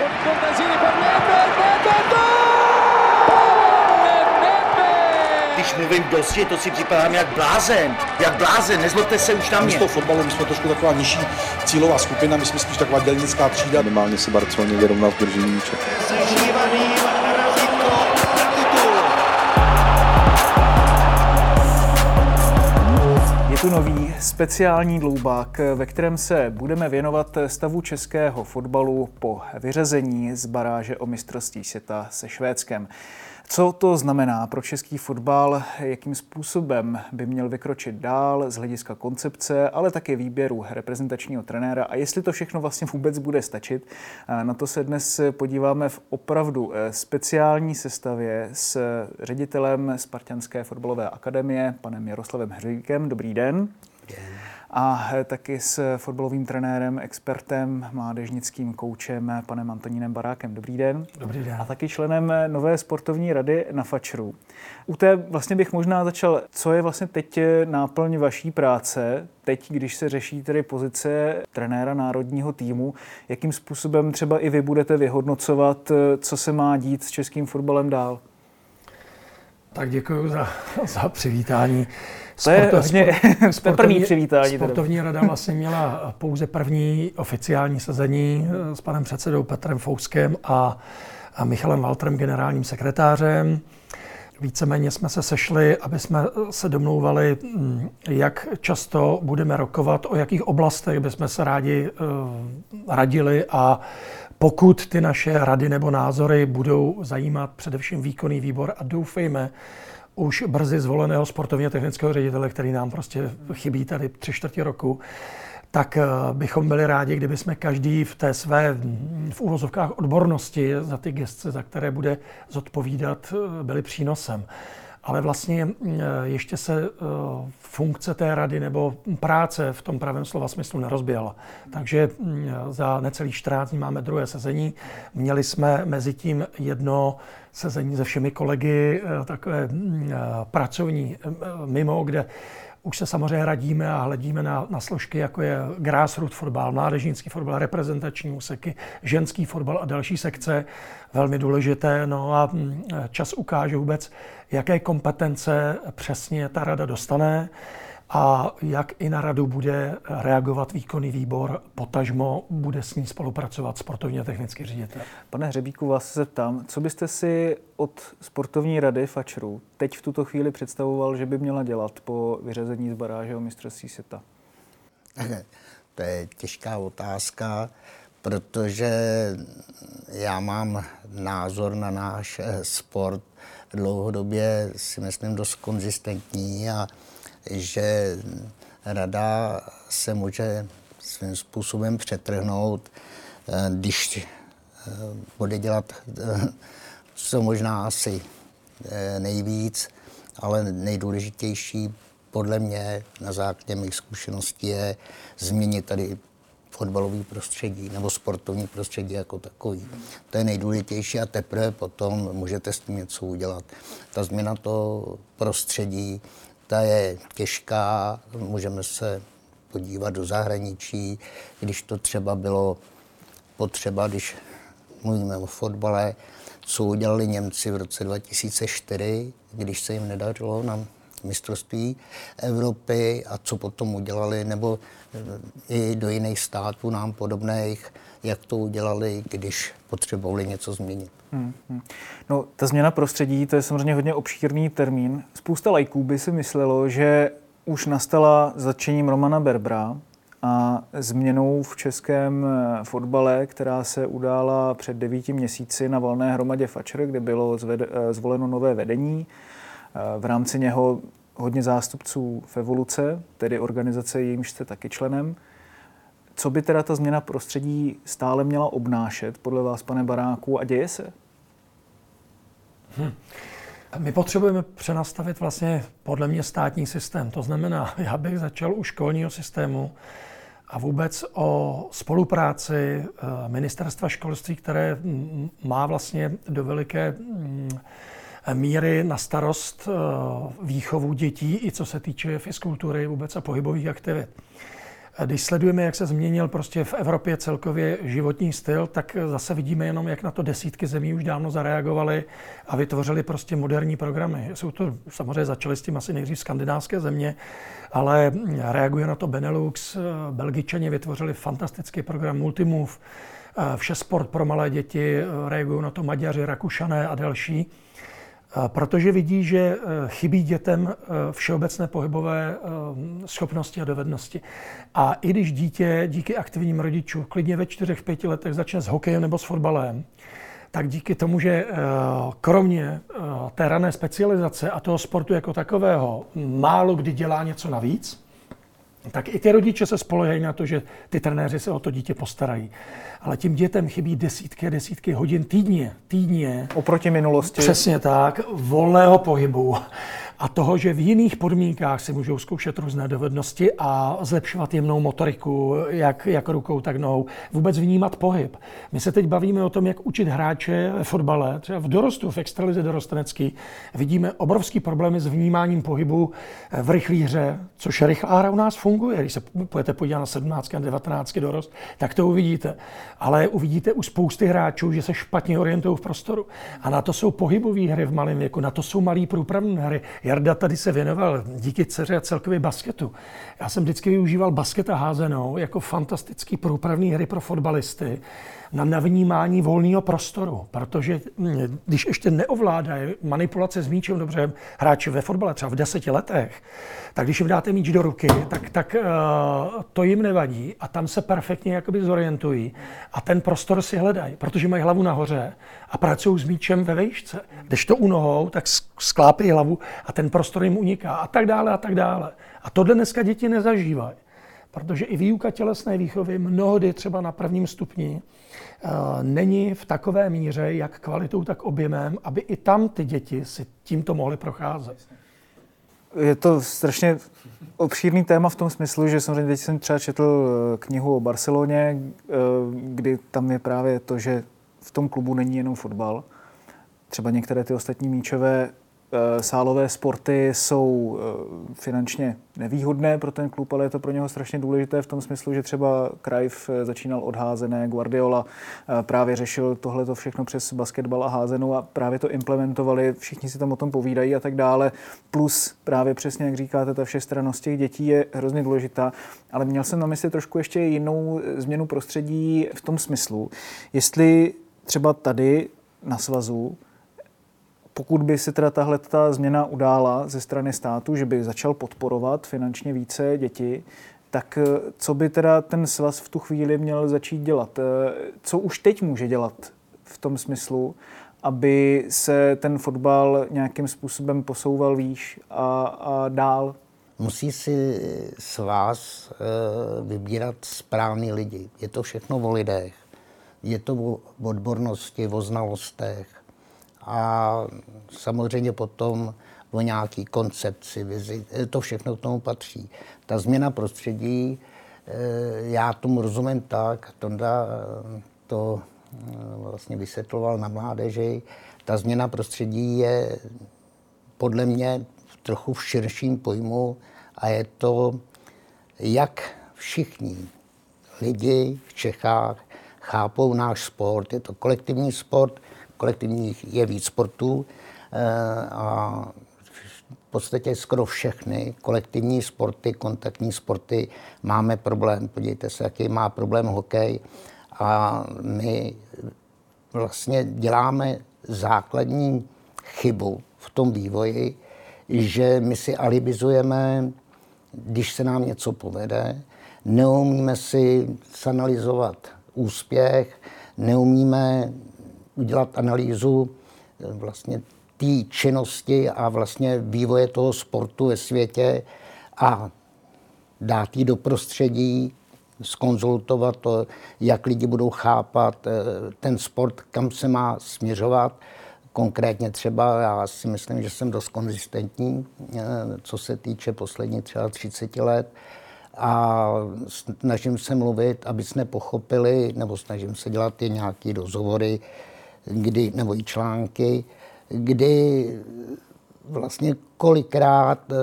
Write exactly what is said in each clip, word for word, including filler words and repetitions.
Contesini per Nedved, Nedved, gol! Nedved! Když mluvím dosti, to si připadám jak blázen, jak blázen, nezlobte se už na mě. Z toho fotbalu my jsme trošku taková nižší cílová skupina, my jsme spíš taková dělnická třída. Minimálně se Barceloně vyrovnal v držení míče. Je tu nový speciální dloubák, ve kterém se budeme věnovat stavu českého fotbalu po vyřazení z baráže o mistrovství světa se Švédskem. Co to znamená pro český fotbal, jakým způsobem by měl vykročit dál z hlediska koncepce, ale také výběru reprezentačního trenéra a jestli to všechno vlastně vůbec bude stačit. Na to se dnes podíváme v opravdu speciální sestavě s ředitelem Spartanské fotbalové akademie, panem Jaroslavem Hřivíkem. Dobrý den. Den. A taky s fotbalovým trenérem, expertem, mládežnickým koučem, panem Antonínem Barákem. Dobrý den. Dobrý den. A taky členem nové sportovní rady na Fatscheru. U té vlastně bych možná začal, co je vlastně teď náplň vaší práce, teď, když se řeší tedy pozice trenéra národního týmu, jakým způsobem třeba i vy budete vyhodnocovat, co se má dít s českým fotbalem dál? Tak děkuji za, za přivítání. To je hodně peprný přivítání. Sportovní rada vlastně měla pouze první oficiální sezení s panem předsedou Petrem Fouskem a, a Michalem Waltrem, generálním sekretářem. Víceméně jsme se sešli, aby jsme se domlouvali, jak často budeme rokovat, o jakých oblastech bychom se rádi uh, radili a pokud ty naše rady nebo názory budou zajímat především výkonný výbor a doufejme, už brzy zvoleného sportovně technického ředitele, který nám prostě chybí tady tři čtvrtě roku, tak bychom byli rádi, kdyby jsme každý v té své v úvozovkách odbornosti za ty gesce, za které bude zodpovídat, byli přínosem. Ale vlastně ještě se funkce té rady nebo práce v tom pravém slova smyslu nerozběhla. Takže za necelých čtrnáct dní máme druhé sezení. Měli jsme mezi tím jedno sezení se všemi kolegy, takové pracovní mimo, kde už se samozřejmě radíme a hledíme na, na složky, jako je grassroot fotbal, mládežnický fotbal, reprezentační úseky, ženský fotbal a další sekce. Velmi důležité. No a čas ukáže vůbec, jaké kompetence přesně ta rada dostane a jak i na radu bude reagovat výkonný výbor, potažmo bude s ní spolupracovat sportovně technický ředitel. Pane Hřebíku, vás se ptám, co byste si od sportovní rady Fatscheru teď v tuto chvíli představoval, že by měla dělat po vyřazení z baráže o mistrovství světa? To je těžká otázka, protože já mám názor na náš sport dlouhodobě, si myslím, dost konzistentní a že rada se může svým způsobem přetrhnout, když bude dělat co možná asi nejvíc, ale nejdůležitější podle mě na základě mých zkušeností je změnit tady fotbalový prostředí nebo sportovní prostředí jako takový. To je nejdůležitější a teprve potom můžete s tím něco udělat. Ta změna toho prostředí, ta je těžká, můžeme se podívat do zahraničí, když to třeba bylo potřeba, když mluvíme o fotbale, co udělali Němci v roce dva tisíce čtyři, když se jim nedařilo na mistrovství Evropy a co potom udělali, nebo i do jiných států nám podobných, jak to udělali, když potřebovali něco změnit. Hmm, hmm. No, ta změna prostředí, to je samozřejmě hodně obšírný termín. Spousta laiků by si myslelo, že už nastala zatčením Romana Berbera a změnou v českém fotbale, která se udála před devíti měsíci na valné hromadě Fatscheru, kde bylo zved, zvoleno nové vedení. V rámci něho hodně zástupců v Evoluce, tedy organizace, jejímž jste taky členem. Co by teda ta změna prostředí stále měla obnášet, podle vás, pane Baráku, a děje se? Hmm. My potřebujeme přenastavit vlastně podle mě státní systém. To znamená, já bych začal u školního systému a vůbec o spolupráci ministerstva školství, které má vlastně do veliké míry na starost výchovu dětí, i co se týče fizkultury vůbec a pohybových aktivit. Když sledujeme, jak se změnil prostě v Evropě celkově životní styl, tak zase vidíme jenom, jak na to desítky zemí už dávno zareagovaly a vytvořili prostě moderní programy. Jsou to, samozřejmě začaly s tím asi nejdřív skandinávské země, ale reaguje na to Benelux, Belgičani vytvořili fantastický program Multimove, Vše sport pro malé děti, reagují na to Maďaři, Rakušané a další. Protože vidí, že chybí dětem všeobecné pohybové schopnosti a dovednosti. A i když dítě díky aktivním rodičům klidně ve čtyřech, pěti letech začne s hokejem nebo s fotbalem, tak díky tomu, že kromě té rané specializace a toho sportu jako takového málo kdy dělá něco navíc, tak i ty rodiče se spoléhají na to, že ty trenéři se o to dítě postarají. Ale tím dětem chybí desítky a desítky hodin týdně. týdně Oproti minulosti. Přesně tak, volného pohybu. A toho, že v jiných podmínkách si můžou zkoušet různé dovednosti a zlepšovat jemnou motoriku, jak, jak rukou, tak nohou. Vůbec vnímat pohyb. My se teď bavíme o tom, jak učit hráče ve fotbale. Třeba v dorostu, v extralize dorostenecký, vidíme obrovský problémy s vnímáním pohybu v rychlé hře, což rychlá hra u nás funguje. Když se budete podívat na sedmnáctky a devatenáctky dorost, tak to uvidíte. Ale uvidíte u spousty hráčů, že se špatně orientují v prostoru. A na to jsou pohybové hry v malém věku, na to jsou malé průpravné hry. Jarda tady se věnoval díky dceře a celkově basketu. Já jsem vždycky využíval basket a házenou jako fantastický průpravný hry pro fotbalisty na navnímání volného prostoru, protože když ještě neovládají manipulace s míčem dobře hráči ve fotbale, třeba v deseti letech, tak když jim dáte míč do ruky, tak, tak uh, to jim nevadí a tam se perfektně jakoby zorientují a ten prostor si hledají, protože mají hlavu nahoře a pracují s míčem ve vejšce. Když to u nohou, tak sklápí hlavu a ten prostor jim uniká a tak dále a tak dále. A tohle dneska děti nezažívají, protože i výuka tělesné výchovy mnohdy třeba na prvním stupni není v takové míře, jak kvalitou, tak objemem, aby i tam ty děti si tímto mohly procházet. Je to strašně obšírný téma v tom smyslu, že samozřejmě teď jsem třeba četl knihu o Barceloně, kdy tam je právě to, že v tom klubu není jenom fotbal. Třeba některé ty ostatní míčové sálové sporty jsou finančně nevýhodné pro ten klub, ale je to pro něho strašně důležité v tom smyslu, že třeba Cruyff začínal od házené, Guardiola právě řešil tohleto všechno přes basketbal a házenou a právě to implementovali, všichni si tam o tom povídají a tak dále. Plus právě přesně, jak říkáte, ta všestrannost těch dětí je hrozně důležitá, ale měl jsem na mysli trošku ještě jinou změnu prostředí v tom smyslu, jestli třeba tady na svazu, pokud by se teda tahle ta změna udála ze strany státu, že by začal podporovat finančně více děti, tak co by teda ten svaz v tu chvíli měl začít dělat? Co už teď může dělat v tom smyslu, aby se ten fotbal nějakým způsobem posouval výš a, a dál? Musí si svaz vybírat správný lidi. Je to všechno o lidech. Je to o odbornosti, o znalostech. A samozřejmě potom o nějaký koncepci, vizi, to všechno k tomu patří. Ta změna prostředí, já tomu rozumím tak, Tonda to vlastně vysvětloval na mládeži, ta změna prostředí je podle mě trochu v širším pojmu a je to, jak všichni lidi v Čechách chápou náš sport. Je to kolektivní sport, kolektivních je víc sportů a v podstatě skoro všechny kolektivní sporty, kontaktní sporty máme problém. Podívejte se, jaký má problém hokej a my vlastně děláme základní chybu v tom vývoji, že my si alibizujeme, když se nám něco povede, neumíme si zanalyzovat úspěch, neumíme udělat analýzu vlastně té činnosti a vlastně vývoje toho sportu ve světě a dát ji do prostředí, zkonzultovat to, jak lidi budou chápat ten sport, kam se má směřovat. Konkrétně třeba, já si myslím, že jsem dost konzistentní, co se týče posledních třeba třicet let, a snažím se mluvit, aby jsme pochopili, nebo snažím se dělat i nějaké rozhovory, kdy, nebo i články, kdy vlastně kolikrát e,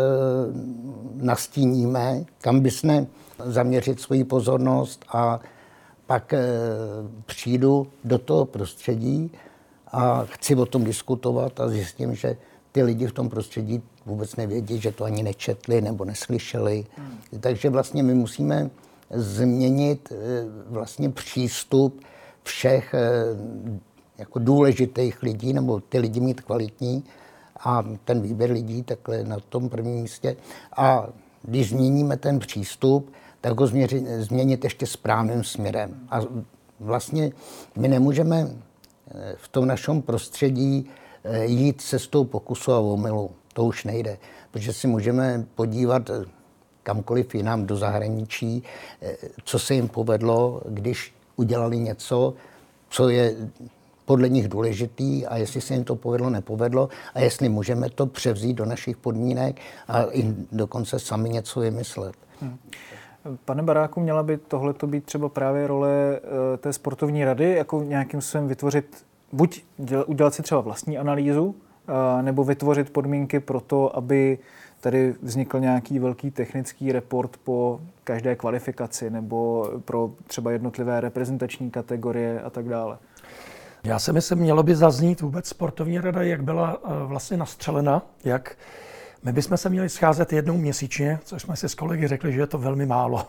nastíníme, kam bychom zaměřit svoji pozornost a pak e, přijdu do toho prostředí a chci o tom diskutovat a zjistím, že ty lidi v tom prostředí vůbec nevědí, že to ani nečetli nebo neslyšeli. Hmm. Takže vlastně my musíme změnit e, vlastně přístup všech e, jako důležitých lidí, nebo ty lidi mít kvalitní a ten výběr lidí takhle na tom prvním místě. A když změníme ten přístup, tak ho změřit, změnit ještě správným směrem. A vlastně my nemůžeme v tom našem prostředí jít cestou pokusu a omylu. To už nejde, protože si můžeme podívat kamkoliv jinam do zahraničí, co se jim povedlo, když udělali něco, co je podle nich důležitý a jestli se jim to povedlo, nepovedlo a jestli můžeme to převzít do našich podmínek a i dokonce sami něco vymyslet. Hmm. Pane Baráku, měla by tohleto být třeba právě role e, té sportovní rady, jako nějakým způsobem vytvořit, buď děl, udělat si třeba vlastní analýzu, e, nebo vytvořit podmínky pro to, aby tady vznikl nějaký velký technický report po každé kvalifikaci nebo pro třeba jednotlivé reprezentační kategorie a tak dále. Já si myslím, mělo by zaznít vůbec sportovní rada, jak byla vlastně nastřelena, jak my bychom se měli scházet jednou měsíčně, což jsme si s kolegy řekli, že je to velmi málo,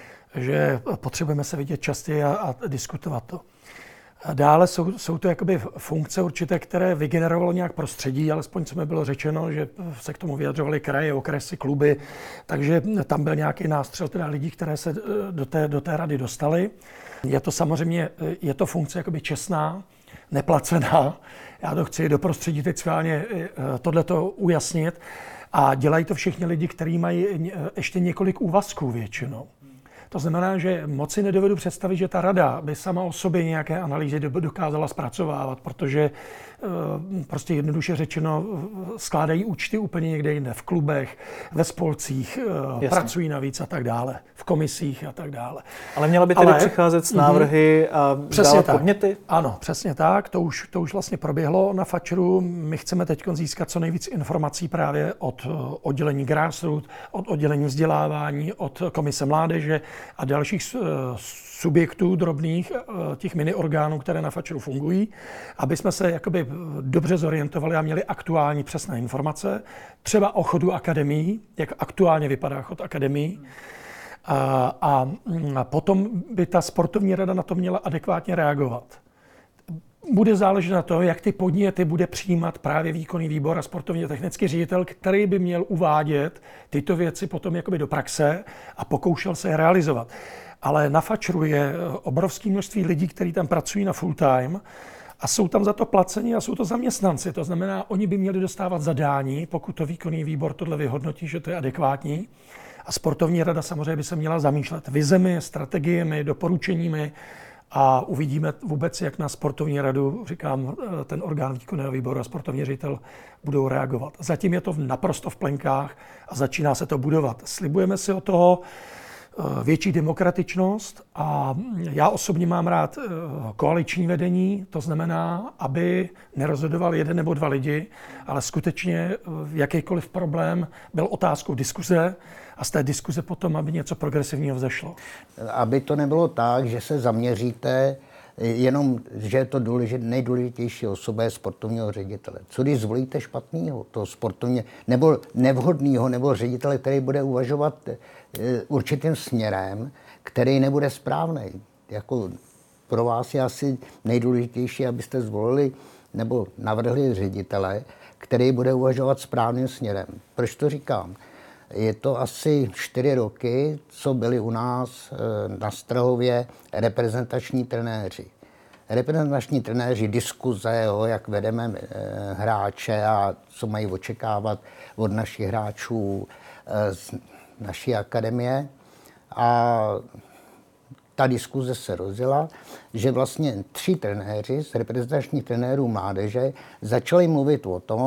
že potřebujeme se vidět častěji a, a diskutovat to. A dále jsou, jsou to jakoby funkce určité, které vygenerovalo nějak prostředí, alespoň co mi bylo řečeno, že se k tomu vyjadřovaly kraje, okresy, kluby, takže tam byl nějaký nástřel teda lidí, které se do té, do té rady dostali. Je to samozřejmě, je to funkce jakoby čestná, neplacená. Já to chci do prostředí teď schválně tohleto ujasnit. A dělají to všichni lidi, kteří mají ještě několik úvazků většinou. To znamená, že moc si nedovedu představit, že ta rada by sama o sobě nějaké analýzy dokázala zpracovávat, protože prostě jednoduše řečeno skládají účty úplně někde jinde, v klubech, ve spolcích, Jasně. pracují navíc a tak dále, v komisích a tak dále. Ale měla by tedy Ale, přicházet s návrhy a dávat podněty? Ano, přesně tak, to už, to už vlastně proběhlo na FAČRu. My chceme teď získat co nejvíc informací právě od oddělení grassroots, od oddělení vzdělávání, od komise mládeže a dalších subjektů drobných, těch mini orgánů, které na FAČRu fungují, aby jsme se jakoby dobře zorientovali a měli aktuální přesné informace, třeba o chodu akademií, jak aktuálně vypadá chod akademií. A, a, a potom by ta sportovní rada na to měla adekvátně reagovat. Bude záležet na tom, jak ty podněty bude přijímat právě výkonný výbor a sportovně technický ředitel, který by měl uvádět tyto věci potom jakoby do praxe a pokoušel se je realizovat. Ale na FAČRu je obrovské množství lidí, kteří tam pracují na full time a jsou tam za to placeni a jsou to zaměstnanci. To znamená, oni by měli dostávat zadání, pokud to výkonný výbor tohle vyhodnotí, že to je adekvátní. A sportovní rada samozřejmě by se měla zamýšlet vizemi, strategiemi, doporučeními a uvidíme vůbec, jak na sportovní radu, říkám, ten orgán výkonného výboru a sportovní ředitel budou reagovat. Zatím je to naprosto v plenkách a začíná se to budovat. Slibujeme si od toho větší demokratičnost a já osobně mám rád koaliční vedení, to znamená, aby nerozhodoval jeden nebo dva lidi, ale skutečně jakýkoliv problém byl otázkou diskuze a z té diskuze potom, aby něco progresivního vzešlo. Aby to nebylo tak, že se zaměříte jenom, že je to důležit, nejdůležitější osoba je sportovního ředitele. Co když zvolíte špatného, toho sportovně, nebo nevhodného, nebo ředitele, který bude uvažovat určitým směrem, který nebude správný. Jako pro vás je asi nejdůležitější, abyste zvolili nebo navrhli ředitele, který bude uvažovat správným směrem. Proč to říkám? Je to asi čtyři roky, co byli u nás na Strahově reprezentační trenéři. Reprezentační trenéři, diskuze, jo, jak vedeme hráče a co mají očekávat od našich hráčů z naší akademie. A ta diskuze se rozjela, že vlastně tři trenéři z reprezentačních trenérů mládeže začali mluvit o tom,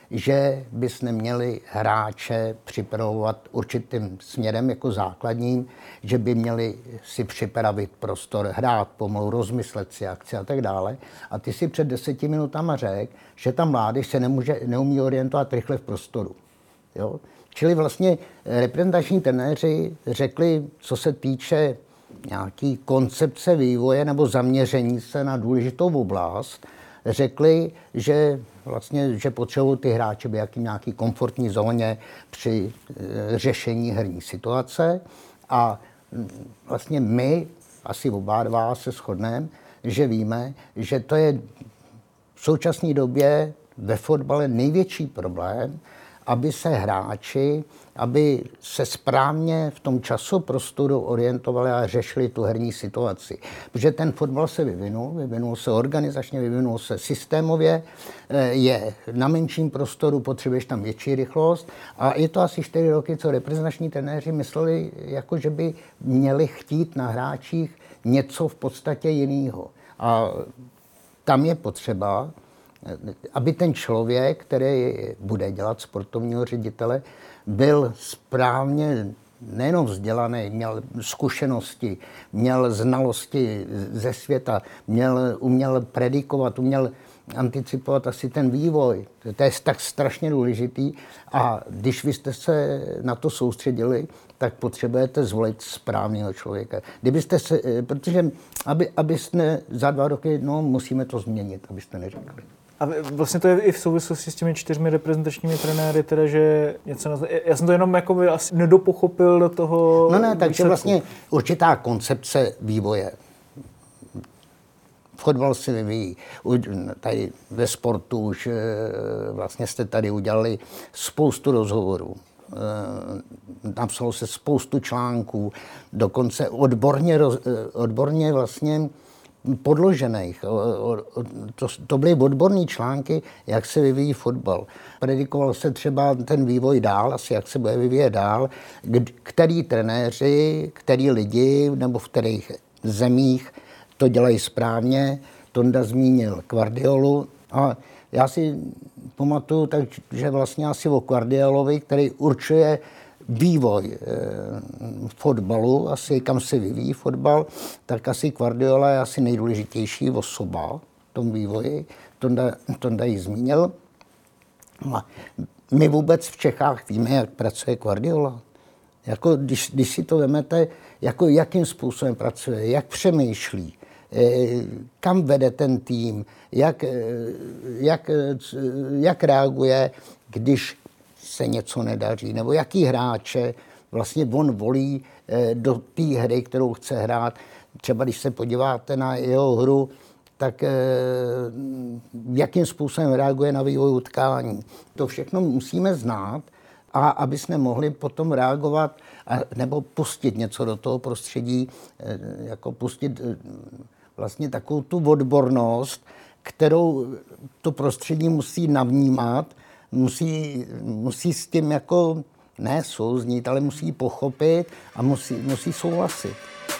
že bys neměli hráče připravovat určitým směrem jako základním, že by měli si připravit prostor, hrát pomalu, rozmyslet si akci a tak dále. A ty si před deseti minutama řekl, že ta mládež se nemůže, neumí orientovat rychle v prostoru. Jo? Čili vlastně reprezentační trenéři řekli, co se týče nějaký koncepce vývoje nebo zaměření se na důležitou oblast, řekli, že vlastně, že potřebují ty hráče být jaký nějaký komfortní zóně při e, řešení herní situace. A vlastně my, asi oba dva se shodneme, že víme, že to je v současné době ve fotbale největší problém, aby se hráči, aby se správně v tom časoprostoru orientovali a řešili tu herní situaci. Protože ten fotbal se vyvinul, vyvinul se organizačně, vyvinul se systémově, je na menším prostoru, potřebuješ tam větší rychlost a je to asi čtyři roky, co reprezentační trenéři mysleli, jako že by měli chtít na hráčích něco v podstatě jiného. A tam je potřeba, aby ten člověk, který bude dělat sportovního ředitele, byl správně nejenom vzdělaný, měl zkušenosti, měl znalosti ze světa, měl, uměl predikovat, uměl anticipovat asi ten vývoj. To je tak strašně důležitý a když vy jste se na to soustředili, tak potřebujete zvolit správného člověka. Kdybyste se, protože aby, abyste za dva roky, no musíme to změnit, abyste neřekli. A vlastně to je i v souvislosti s těmi čtyřmi reprezentačními trenéry, teda, že něco na to, já jsem to jenom jako by asi nedopochopil do toho. No ne, takže vlastně určitá koncepce vývoje. Fotbal se vyvíjí. Tady ve sportu už vlastně jste tady udělali spoustu rozhovorů. Napsalo se spoustu článků, dokonce odborně, odborně vlastně podložených. To, to byly odborné články, jak se vyvíjí fotbal. Predikoval se třeba ten vývoj dál, asi jak se bude vyvíjet dál, který trenéři, který lidi nebo v kterých zemích to dělají správně. Tonda zmínil Guardiolu a já si pamatuju, takže vlastně asi o Guardiolovi, který určuje vývoj e, fotbalu, asi kam se vyvíjí fotbal, tak asi Guardiola je asi nejdůležitější osoba v tom vývoji. Tonda, Tonda ji zmínil. A my vůbec v Čechách víme, jak pracuje Guardiola. Jako, když, když si to vemete, jako jakým způsobem pracuje, jak přemýšlí, e, kam vede ten tým, jak, jak, jak reaguje, když se něco nedaří, nebo jaký hráče vlastně on volí do té hry, kterou chce hrát. Třeba když se podíváte na jeho hru, tak jakým způsobem reaguje na vývoj utkání. To všechno musíme znát, a aby jsme mohli potom reagovat a, nebo pustit něco do toho prostředí, jako pustit vlastně takovou tu odbornost, kterou to prostředí musí navnímat, Musí, musí s tím jako ne souznít, ale musí pochopit a musí, musí souhlasit.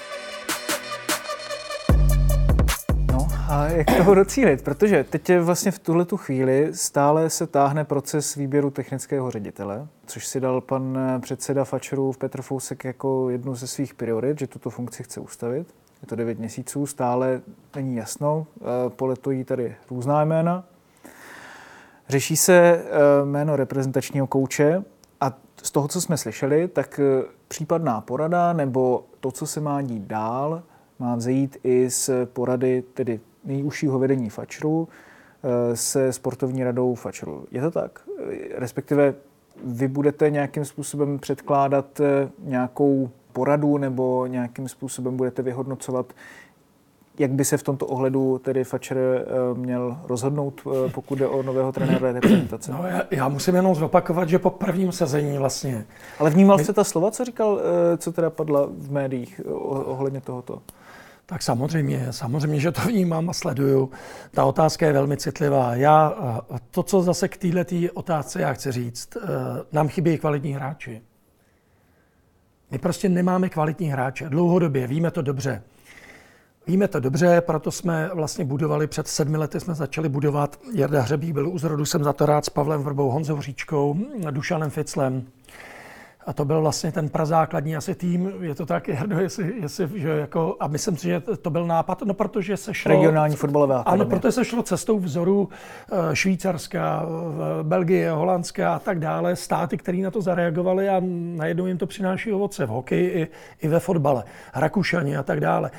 No a jak toho docílit? Protože teď vlastně v tuhletu chvíli stále se táhne proces výběru technického ředitele, což si dal pan předseda Fatschrův Petr Fousek jako jednu ze svých priorit, že tuto funkci chce ustavit. Je to devět měsíců, stále není jasno, poletují tady různá jména. Řeší se jméno reprezentačního kouče a z toho, co jsme slyšeli, tak případná porada nebo to, co se má dít dál, má vzejít i z porady tedy nejužšího vedení Fatschru se sportovní radou Fatschru. Je to tak? Respektive vy budete nějakým způsobem předkládat nějakou poradu nebo nějakým způsobem budete vyhodnocovat, jak by se v tomto ohledu tedy Fatschr měl rozhodnout, pokud jde o nového trenéra reprezentace? No, já, já musím jenom zopakovat, že po prvním sezení vlastně... Ale vnímal jste ta slova, co říkal, co teda padla v médiích ohledně tohoto? Tak samozřejmě, samozřejmě, že to vnímám a sleduju. Ta otázka je velmi citlivá. Já, to, co zase k této otázce já chci říct, nám chybí kvalitní hráči. My prostě nemáme kvalitní hráče. Dlouhodobě, víme to dobře. Víme to dobře, proto jsme vlastně budovali, před sedmi lety jsme začali budovat, Jarda Hřebík byl u zrodu, jsem za to rád, s Pavlem Vrbou, Honzou Hříčkou, Dušanem Ficlem. A to byl vlastně ten prazákladní asi tým, je to tak, Jardo, jestli, jestli, že jako, a myslím si, že to byl nápad, no protože se šlo... Regionální fotbalové akademie. Ano, protože se šlo cestou vzoru Švýcarska, Belgie, Holandska a tak dále, státy, které na to zareagovaly a najednou jim to přináší ovoce v hokeji i, i ve fotbale, Rakušani a tak dále.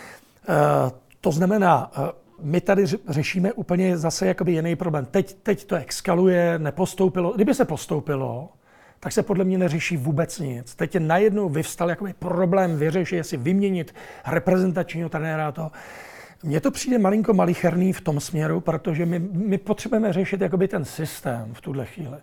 To znamená, my tady řešíme úplně zase jakoby jiný problém. Teď, teď to exkaluje, nepostoupilo. Kdyby se postoupilo, tak se podle mě neřeší vůbec nic. Teď je najednou vyvstal jakoby problém vyřešit, jestli vyměnit reprezentačního trenéra. To. Mně to přijde malinko malicherný v tom směru, protože my, my potřebujeme řešit jakoby ten systém v tuhle chvíli.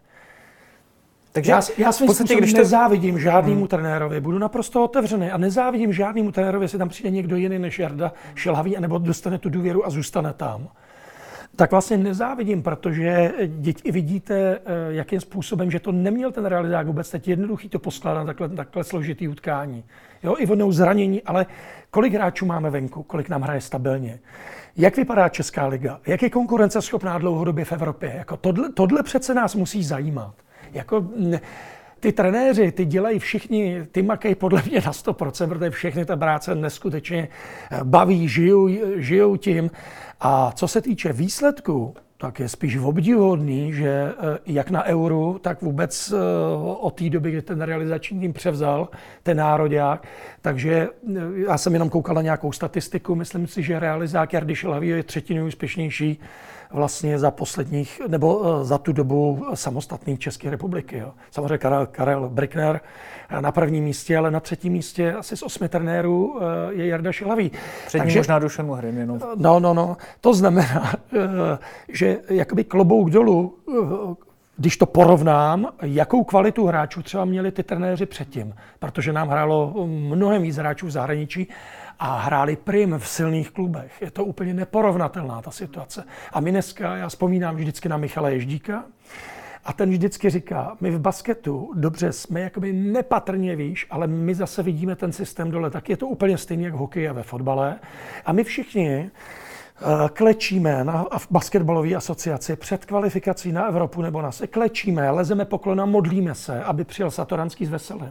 Takže já, já svým způsobem když to... nezávidím žádnému hmm. trenérovi, budu naprosto otevřený a nezávidím žádnému trenérovi, jestli tam přijde někdo jiný než Jarda Šilhavý, anebo dostane tu důvěru a zůstane tam. Tak vlastně nezávidím, protože děti vidíte, jakým způsobem, že to neměl ten realizák vůbec teď jednoduchý to poskládat takhle, takhle složitý utkání. Jo, i vodnou zranění, ale kolik hráčů máme venku, kolik nám hraje stabilně. Jak vypadá Česká liga? Jak je konkurenceschopná dlouhodobě v Evropě? Jako tohle, tohle přece nás musí zajímat. Jako, ty trenéři, ty dělají všichni, ty makají podle mě na sto procent, protože všechny ta práce neskutečně baví, žijou, žijou tím. A co se týče výsledku, tak je spíš obdivuhodný, že jak na Euru, tak vůbec od té doby, kdy ten realizační tým převzal, ten nároďák. Takže já jsem jenom koukal na nějakou statistiku, myslím si, že realizák Jardy Šilhavýho je třetí nejúspěšnější vlastně za posledních, nebo za tu dobu samostatné České republiky. Jo. Samozřejmě Karel, Karel Brickner na prvním místě, ale na třetím místě asi z osmi trenérů je Jarda Šilhavý. Před ním možná Dušan Muhrin jenom. No, no, no. To znamená, že jakoby klobouk dolů, když to porovnám, jakou kvalitu hráčů třeba měli ty trenéři předtím, protože nám hrálo mnohem víc hráčů v zahraničí a hráli prim v silných klubech. Je to úplně neporovnatelná ta situace. A my dneska, já vzpomínám vždycky na Michala Ježdíka, a ten vždycky říká, my v basketu, dobře, jsme jakoby nepatrně výš, ale my zase vidíme ten systém dole, tak je to úplně stejný jak v hokeji a ve fotbale. A my všichni klečíme na, v basketbalové asociaci před kvalifikací na Evropu nebo nás. Klečíme, lezeme poklona, modlíme se, aby přijel Satoranský s Veselým.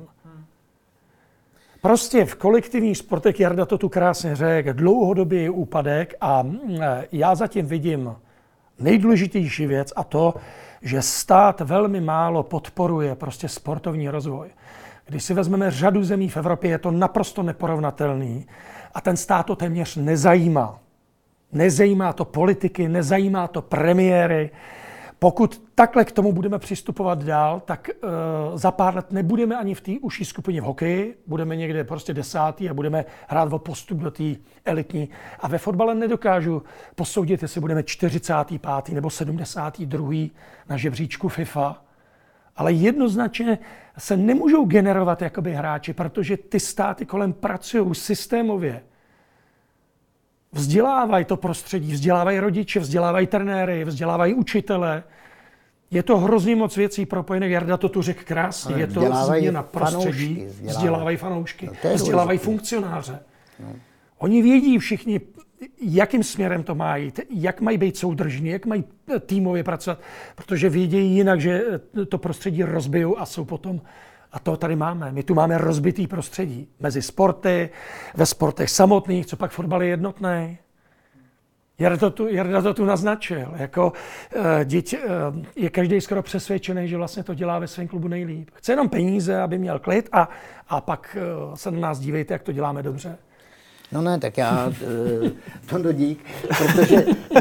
Prostě v kolektivních sportech, Jarda to tu krásně řekl, dlouhodobý je úpadek a já zatím vidím nejdůležitější věc a to, že stát velmi málo podporuje prostě sportovní rozvoj. Když si vezmeme řadu zemí v Evropě, je to naprosto neporovnatelný a ten stát to téměř nezajímá. Nezajímá to politiky, nezajímá to premiéry. Pokud takhle k tomu budeme přistupovat dál, tak uh, za pár let nebudeme ani v té užší skupině v hokeji, budeme někde prostě desátý a budeme hrát o postup do té elitní. A ve fotbale nedokážu posoudit, jestli budeme čtyřicátý pátý nebo sedmdesátý druhý na žebříčku FIFA. Ale jednoznačně se nemůžou generovat jakoby hráči, protože ty státy kolem pracují systémově. Vzdělávají to prostředí, vzdělávají rodiče, vzdělávají trenéry, vzdělávají učitele. Je to hrozně moc věcí propojených. Jarda to tu řekl krásně. Je to změna prostředí, vzdělávají, vzdělávají fanoušky, no, vzdělávají funkcionáře. No. Oni vědí všichni, jakým směrem to má jít, jak mají být soudržní, jak mají týmově pracovat, protože vědějí jinak, že to prostředí rozbijou a jsou potom. A to tady máme. My tu máme rozbitý prostředí mezi sporty, ve sportech samotných, co pak fotbal je jednotný. Jarda to tu, Jarda to tu naznačil. Jako, uh, děť, uh, je každý skoro přesvědčený, že vlastně to dělá ve svém klubu nejlíp. Chce jenom peníze, aby měl klid a, a pak uh, se na nás dívejte, jak to děláme dobře. No ne, tak já to dodík, protože,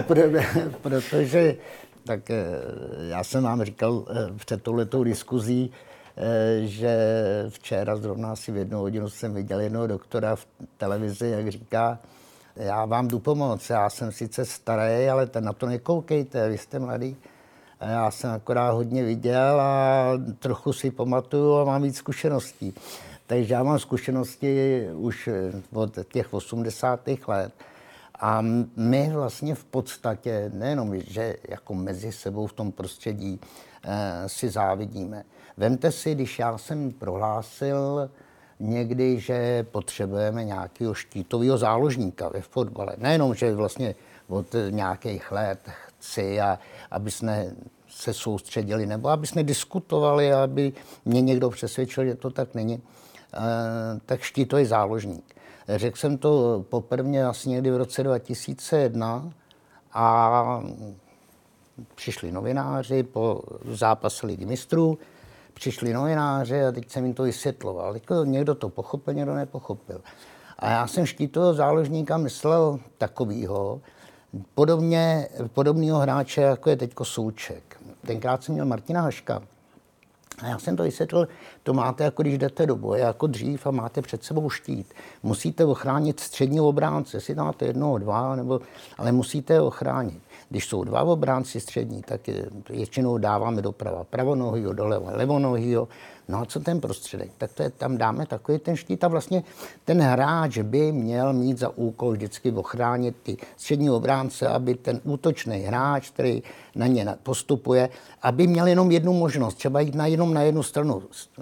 protože tak já jsem vám říkal před touhletou diskuzí, že včera zrovna asi v jednu hodinu jsem viděl jednoho doktora v televizi, jak říká, já vám jdu pomoct, já jsem sice starý, ale na to nekoukejte, vy jste mladý. A já jsem akorát hodně viděl a trochu si pamatuju a mám víc zkušeností. Takže já mám zkušenosti už od těch osmdesátých let. A my vlastně v podstatě, nejenom, že jako mezi sebou v tom prostředí eh, si závidíme. Vemte si, když já jsem prohlásil někdy, že potřebujeme nějakého štítového záložníka ve fotbale. Nejenom, že vlastně od nějakých let chci, a aby jsme se soustředili, nebo aby jsme diskutovali, aby mě někdo přesvědčil, že to tak není, tak štítový záložník. Řekl jsem to poprvé asi někdy v roce dva tisíce jedna a přišli novináři po zápase Ligy mistrů, přišli novináři a teď jsem jim to vysvětloval. Jako někdo to pochopil, někdo nepochopil. A já jsem štítového záložníka myslel takovýho, podobně, podobného hráče, jako je teďko Souček. Tenkrát jsem měl Martina Haška. A já jsem to vysvětlil, to máte, jako když jdete do boje, jako dřív a máte před sebou štít. Musíte ochránit střední obránce, jestli dáte jednoho, dva, nebo, ale musíte je ochránit. Když jsou dva obránci střední, tak je, většinou dáváme doprava pravonohýho, doleva levonohýho. No a co ten prostředek? Tak to je, tam dáme takový ten štít a vlastně ten hráč by měl mít za úkol vždycky ochránit ty střední obránce, aby ten útočný hráč, který na ně postupuje, aby měl jenom jednu možnost, třeba jít na jenom na jednu stranu.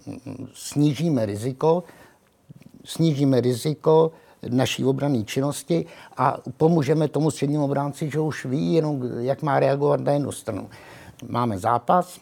Snížíme riziko, snížíme riziko naší obranné činnosti a pomůžeme tomu střednímu obránci, že už ví jenom, jak má reagovat na jednu stranu. Máme zápas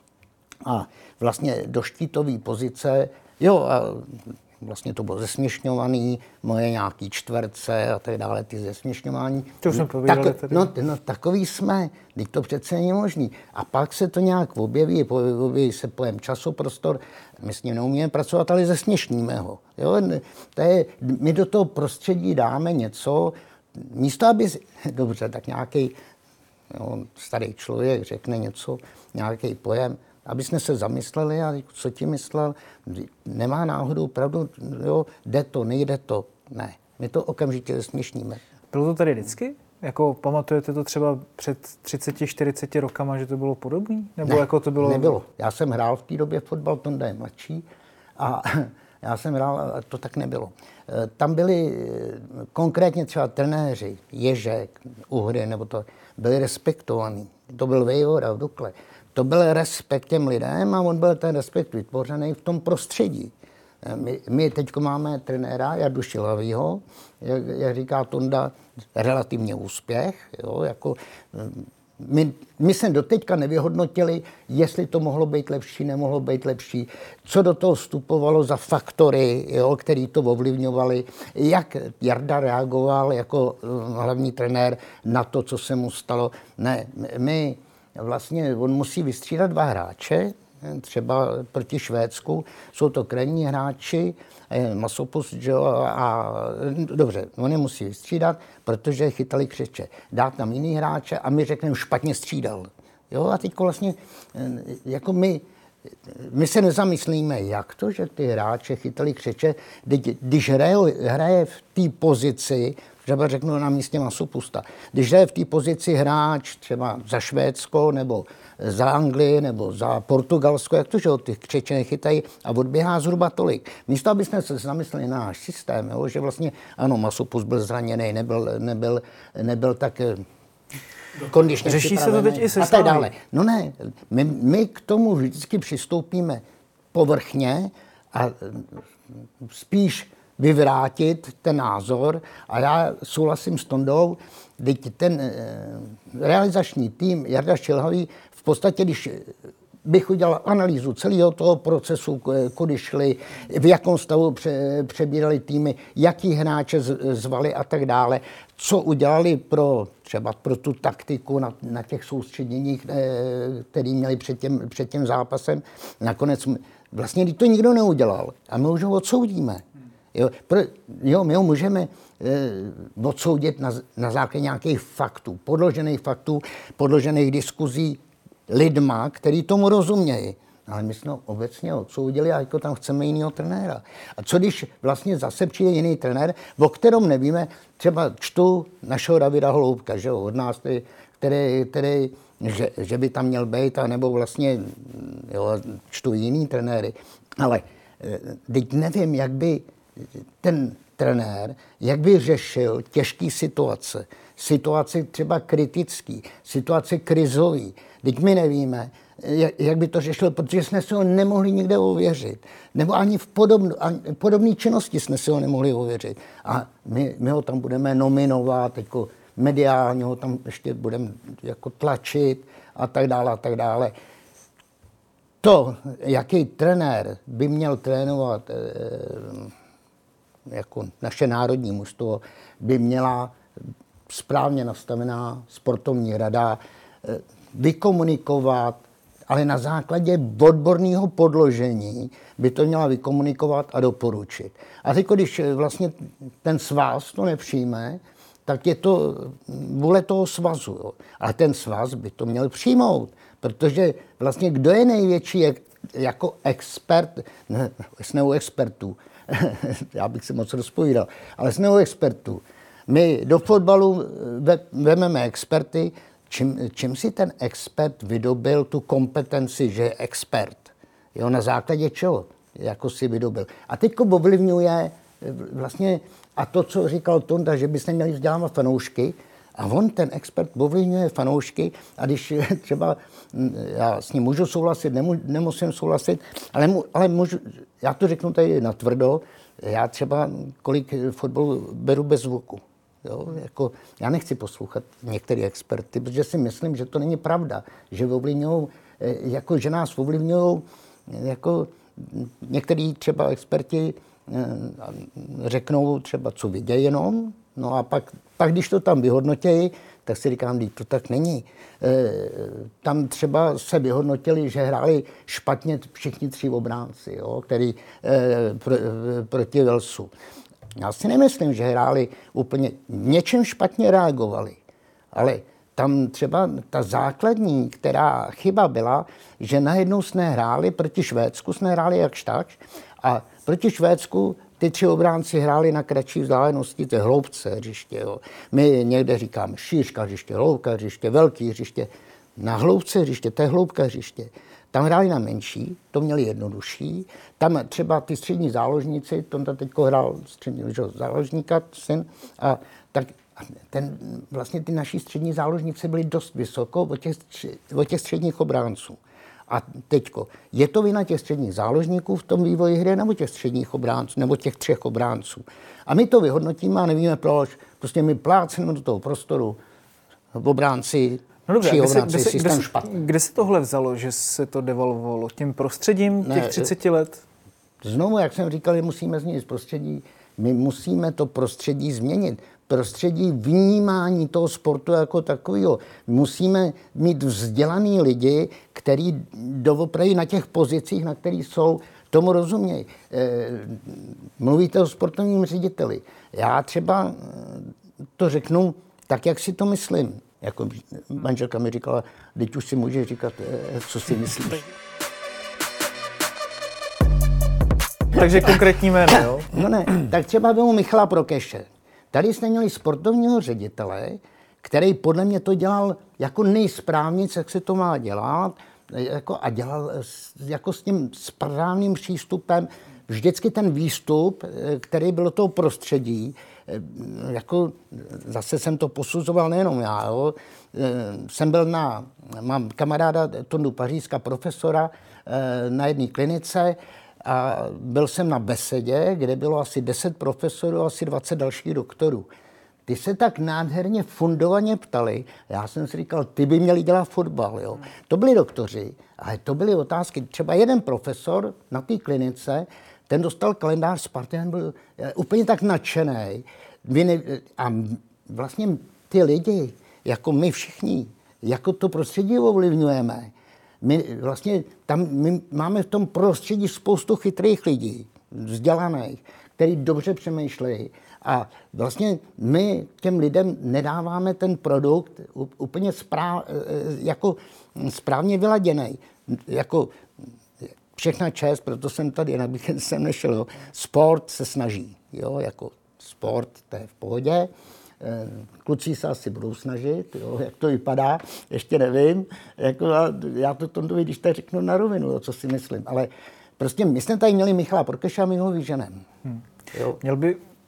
a vlastně do štítové pozice, jo, a vlastně to bylo zesměšňovaný, moje nějaký čtverce a tak dále, ty zesměšňování. To už jsme povídali tak, tady. No, no, takový jsme, teď to přece není možný. A pak se to nějak objeví, objeví se pojem časoprostor, my s ním neumíme pracovat, ale zesměšníme ho. Jo? To je, my do toho prostředí dáme něco, místo aby, dobře, tak nějaký jo, starý člověk řekne něco, nějaký pojem, aby jsme se zamysleli, a co ti myslel, nemá náhodou pravdu, jo, jde to, nejde to, ne. My to okamžitě zesměšníme. Bylo to tady vždycky? Jako pamatujete to třeba před třiceti, čtyřiceti rokama, že to bylo podobné? Nebo ne, jako to bylo... nebylo. Já jsem hrál v té době fotbal, Tonda je mladší, a já jsem hrál a to tak nebylo. Tam byli konkrétně třeba trenéři, Ježek, Uhry, nebo to, byli respektovaní. To byl Vejvoda v Dukle. To byl respekt těm lidem a on byl ten respekt vytvořený v tom prostředí. My, my teď máme trenéra Jardu Šilhavýho, jak, jak říká Tonda, relativně úspěch. Jo, jako, my, my jsme doteďka nevyhodnotili, jestli to mohlo být lepší, nemohlo být lepší, co do toho vstupovalo za faktory, jo, který to ovlivňovali, jak Jarda reagoval jako hlavní trenér na to, co se mu stalo. Ne, my vlastně, on musí vystřídat dva hráče, třeba proti Švédsku, jsou to krajní hráči, Masopust, jo, a dobře, on je musí vystřídat, protože chytali křeče. Dát tam jiný hráče a my řekneme, špatně střídal. Jo, a teď vlastně, jako my, my se nezamyslíme, jak to, že ty hráče chytali křeče, když hraje, hraje v té pozici, třeba řeknu na místě Masopusta, když hraje v té pozici hráč třeba za Švédsko, nebo za Anglii, nebo za Portugalsko, jak to, že ty křeče nechytají a odběhá zhruba tolik. Místo, aby jsme se zamysleli na náš systém, jo, že vlastně, ano, Masopust byl zraněný, nebyl, nebyl, nebyl tak kondičně Řeší se to teď i se a tak dále. No ne, my, my k tomu vždycky přistoupíme povrchně a spíš vyvrátit ten názor a já souhlasím s Tondou, teď ten e, realizační tým Jarda Šilhavý v podstatě, když bych udělal analýzu celého toho procesu, kudy šli, v jakém stavu pře, přebírali týmy, jaký hráče zvali a tak dále, co udělali pro třeba pro tu taktiku na, na těch soustředěních, e, který měli před tím, před tím zápasem. Nakonec vlastně to nikdo neudělal a my už ho odsoudíme. Jo, pro, jo, my ho můžeme e, odsoudit na, na základě nějakých faktů, podložených faktů, podložených diskuzí lidma, který tomu rozumějí. Ale my jsme ho obecně odsoudili a jako tam chceme jinýho trenéra. A co když vlastně zase přijde jiný trenér, o kterém nevíme, třeba čtu našeho Davida Holoubka, že jo, od nás, který, který že, že by tam měl být, nebo vlastně jo, čtu jiný trenéry. Ale teď nevím, jak by ten trenér, jak by řešil těžké situace situaci třeba kritický, situaci krizový. Teď my nevíme, jak by to řešilo, protože jsme si ho nemohli nikde ověřit. Nebo ani v podobné činnosti jsme si ho nemohli ověřit. A my, my ho tam budeme nominovat, jako mediálně ho tam ještě budeme jako tlačit a tak dále a tak dále. To, jaký trenér by měl trénovat jako naše národní mužstvo, by měla správně nastavená sportovní rada vykomunikovat, ale na základě odborného podložení by to měla vykomunikovat a doporučit. A teď, když vlastně ten svaz to nepřijme, tak je to vůle toho svazu. Jo. Ale ten svaz by to měl přijmout, protože vlastně kdo je největší jako expert, ne, jsme u expertů, já bych se moc rozpovídal, ale jsme u expertů. My do fotbalu ve, vememe experty, čím, čím si ten expert vydobil tu kompetenci, že je expert. Jo, na základě čeho jako si vydobil. A teďko ovlivňuje vlastně, a to, co říkal Tonda, že byste měli vzdělávat fanoušky, a on, ten expert, ovlivňuje fanoušky a když třeba, já s ním můžu souhlasit, nemů, nemusím souhlasit, ale, mu, ale můžu, já to řeknu tady natvrdo, já třeba kolik fotbalu beru bez zvuku. Jo? Jako, já nechci poslouchat některé experty, protože si myslím, že to není pravda, že ovlivňují, jako, že nás ovlivňují, jako některý třeba experti řeknou třeba, co vidějí jenom, no a pak, pak když to tam vyhodnotějí, tak si říkám, že to tak není. E, tam třeba se vyhodnotili, že hráli špatně všichni tři obránci, jo, který e, pro, proti Walesu. Já si nemyslím, že hráli úplně, něčem špatně reagovali, ale tam třeba ta základní, která chyba byla, že najednou jsme hráli proti Švédsku, jsme hráli jakž tak, a proti Švédsku ty tři obránci hráli na kratší vzdálenosti, to je hloubce hřiště. Jo. My někde říkáme šířka hřiště, hloubka hřiště, velký hřiště. Na hloubce hřiště, to je hloubka hřiště. Tam hráli na menší, to měli jednodušší. Tam třeba ty střední záložníci, Tonda teďko hrál střední záložníka, syn, a tak ten, vlastně ty naši střední záložníci byli dost vysoko od těch, od těch středních obránců. A teďko, je to vina těch středních záložníků v tom vývoji hry nebo těch středních obránců, nebo těch třech obránců. A my to vyhodnotíme a nevíme proč. Prostě my plácneme do toho prostoru v obránci, no dobře, tři kde obránci, se, systém kde, špatný. Kde se tohle vzalo, že se to devalvovalo? Tím prostředím těch třiceti let? Znovu, jak jsem říkal, že musíme změnit prostředí. My musíme to prostředí změnit. Prostředí vnímání toho sportu jako takového. Musíme mít vzdělaný lidi, kteří doopravdy na těch pozicích, na kterých jsou, tomu rozumějí. E, mluvíte o sportovním řediteli. Já třeba to řeknu tak, jak si to myslím. Jako manželka mi říkala, teď už si můžeš říkat, co si myslíš. Takže konkrétní jméno, jo? No ne, tak třeba vemu Michala Prokeše. Tady jsme měli sportovního ředitele, který podle mě to dělal jako nejsprávnější, jak se to má dělat, jako, a dělal jako s tím správným přístupem. Vždycky ten výstup, který byl do toho prostředí, jako zase jsem to posuzoval nejenom já, jo. Jsem byl na, mám kamaráda Tondu Pařízka, profesora na jedné klinice, a byl jsem na besedě, kde bylo asi deset profesorů a asi dvacet dalších doktorů. Ty se tak nádherně fundovaně ptali, já jsem si říkal, ty by měli dělat fotbal. Jo. To byli doktoři, ale to byly otázky. Třeba jeden profesor na té klinice, ten dostal kalendář Sparty, ten byl úplně tak nadšený. A vlastně ty lidi, jako my všichni, jako to prostředí ovlivňujeme. My vlastně tam my máme v tom prostředí spoustu chytrých lidí, vzdělaných, kteří dobře přemýšlejí. A vlastně my těm lidem nedáváme ten produkt úplně správ, jako správně vyladěný. Jako všechna čest, proto jsem tady, jinak bych sem nešel. Jo. Sport se snaží, jo, jako sport, to je v pohodě. Kluci se asi budou snažit, jo, jak to vypadá, ještě nevím. Jako já to Tondovi, když to řeknu na rovinu, jo, co si myslím. Ale prostě my jsme tady měli Michala Prokeša a my ho vyženeme. Hmm. Měl by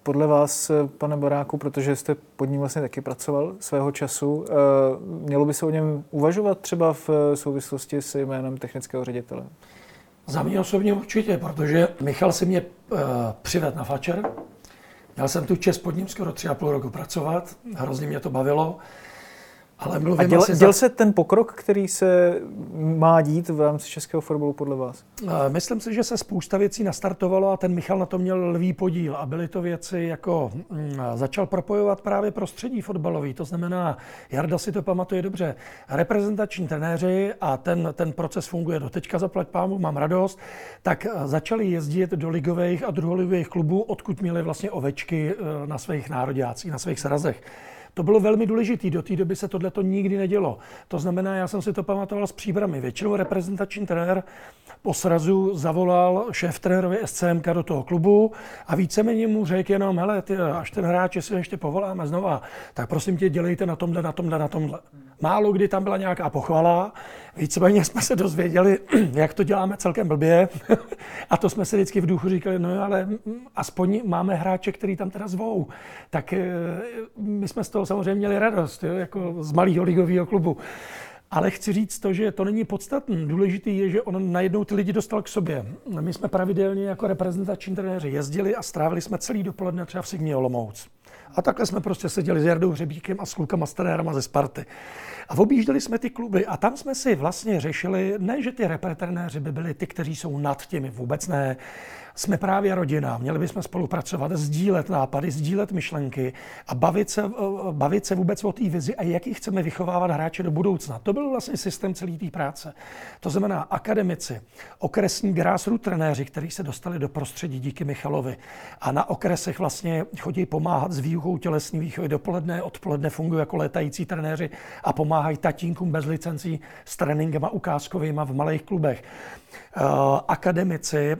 podle vás, pane Boráku, protože jste pod ním vlastně taky pracoval svého času, mělo by se o něm uvažovat třeba v souvislosti s jménem technického ředitele? Za mě osobně určitě, protože Michal si mě uh, přivedl na Fatscher. Měl jsem tu čest pod ním skoro tři a půl roku pracovat, hrozně mě to bavilo. Ale a děl, asi děl za... se ten pokrok, který se má dít v rámci českého fotbalu podle vás? Myslím si, že se spousta věcí nastartovalo a ten Michal na to měl lví podíl. A byly to věci jako mm, začal propojovat právě prostředí fotbalový. To znamená, Jarda si to pamatuje dobře, reprezentační trenéři a ten, ten proces funguje do teďka, zaplať pámu, mám radost, tak začali jezdit do ligových a druholigových klubů, odkud měli vlastně ovečky na svých nároďácích, na svých srazech. To bylo velmi důležité, do té doby se tohleto nikdy nedělo. To znamená, já jsem si to pamatoval s Příbrami. Většinou reprezentační trenér po srazu zavolal šéf trenérovi S C M K do toho klubu a víceméně mu řekl jenom, hele, ty, až ten hráč si ještě povoláme znova, tak prosím tě, dělejte na tomhle, na tomhle, na tomhle. Málo kdy tam byla nějaká pochvala, víceméně jsme se dozvěděli, jak to děláme celkem blbě a to jsme si vždycky v duchu říkali, no ale aspoň máme hráče, který tam teda zvou. Tak my jsme z toho samozřejmě měli radost, jo, jako z malého ligového klubu. Ale chci říct to, že to není podstatné. Důležitý je, že on najednou ty lidi dostal k sobě. My jsme pravidelně jako reprezentační trenéři jezdili a strávili jsme celý dopoledne třeba v Sigmě Olomouc. A takhle jsme prostě seděli s Jardou Hřebíkem a s klukama, s trenérama ze Sparty. A objížděli jsme ty kluby a tam jsme si vlastně řešili, ne, že ty repertrenéři by byli ty, kteří jsou nad těmi, vůbec ne. Jsme právě rodina, měli bychom spolupracovat, sdílet nápady, sdílet myšlenky a bavit se, bavit se vůbec o té vizi a jaký chceme vychovávat hráče do budoucna. To byl vlastně systém celé té práce. To znamená akademici, okresní grassroot trenéři, kteří se dostali do prostředí díky Michalovi a na okresech vlastně chodí pomáhat s výukou tělesné výchovy. Dopoledne, odpoledne fungují jako létající trenéři a pomáhají tatínkům bez licencí s tréninkama ukázkovýma v malých klubech. Akademici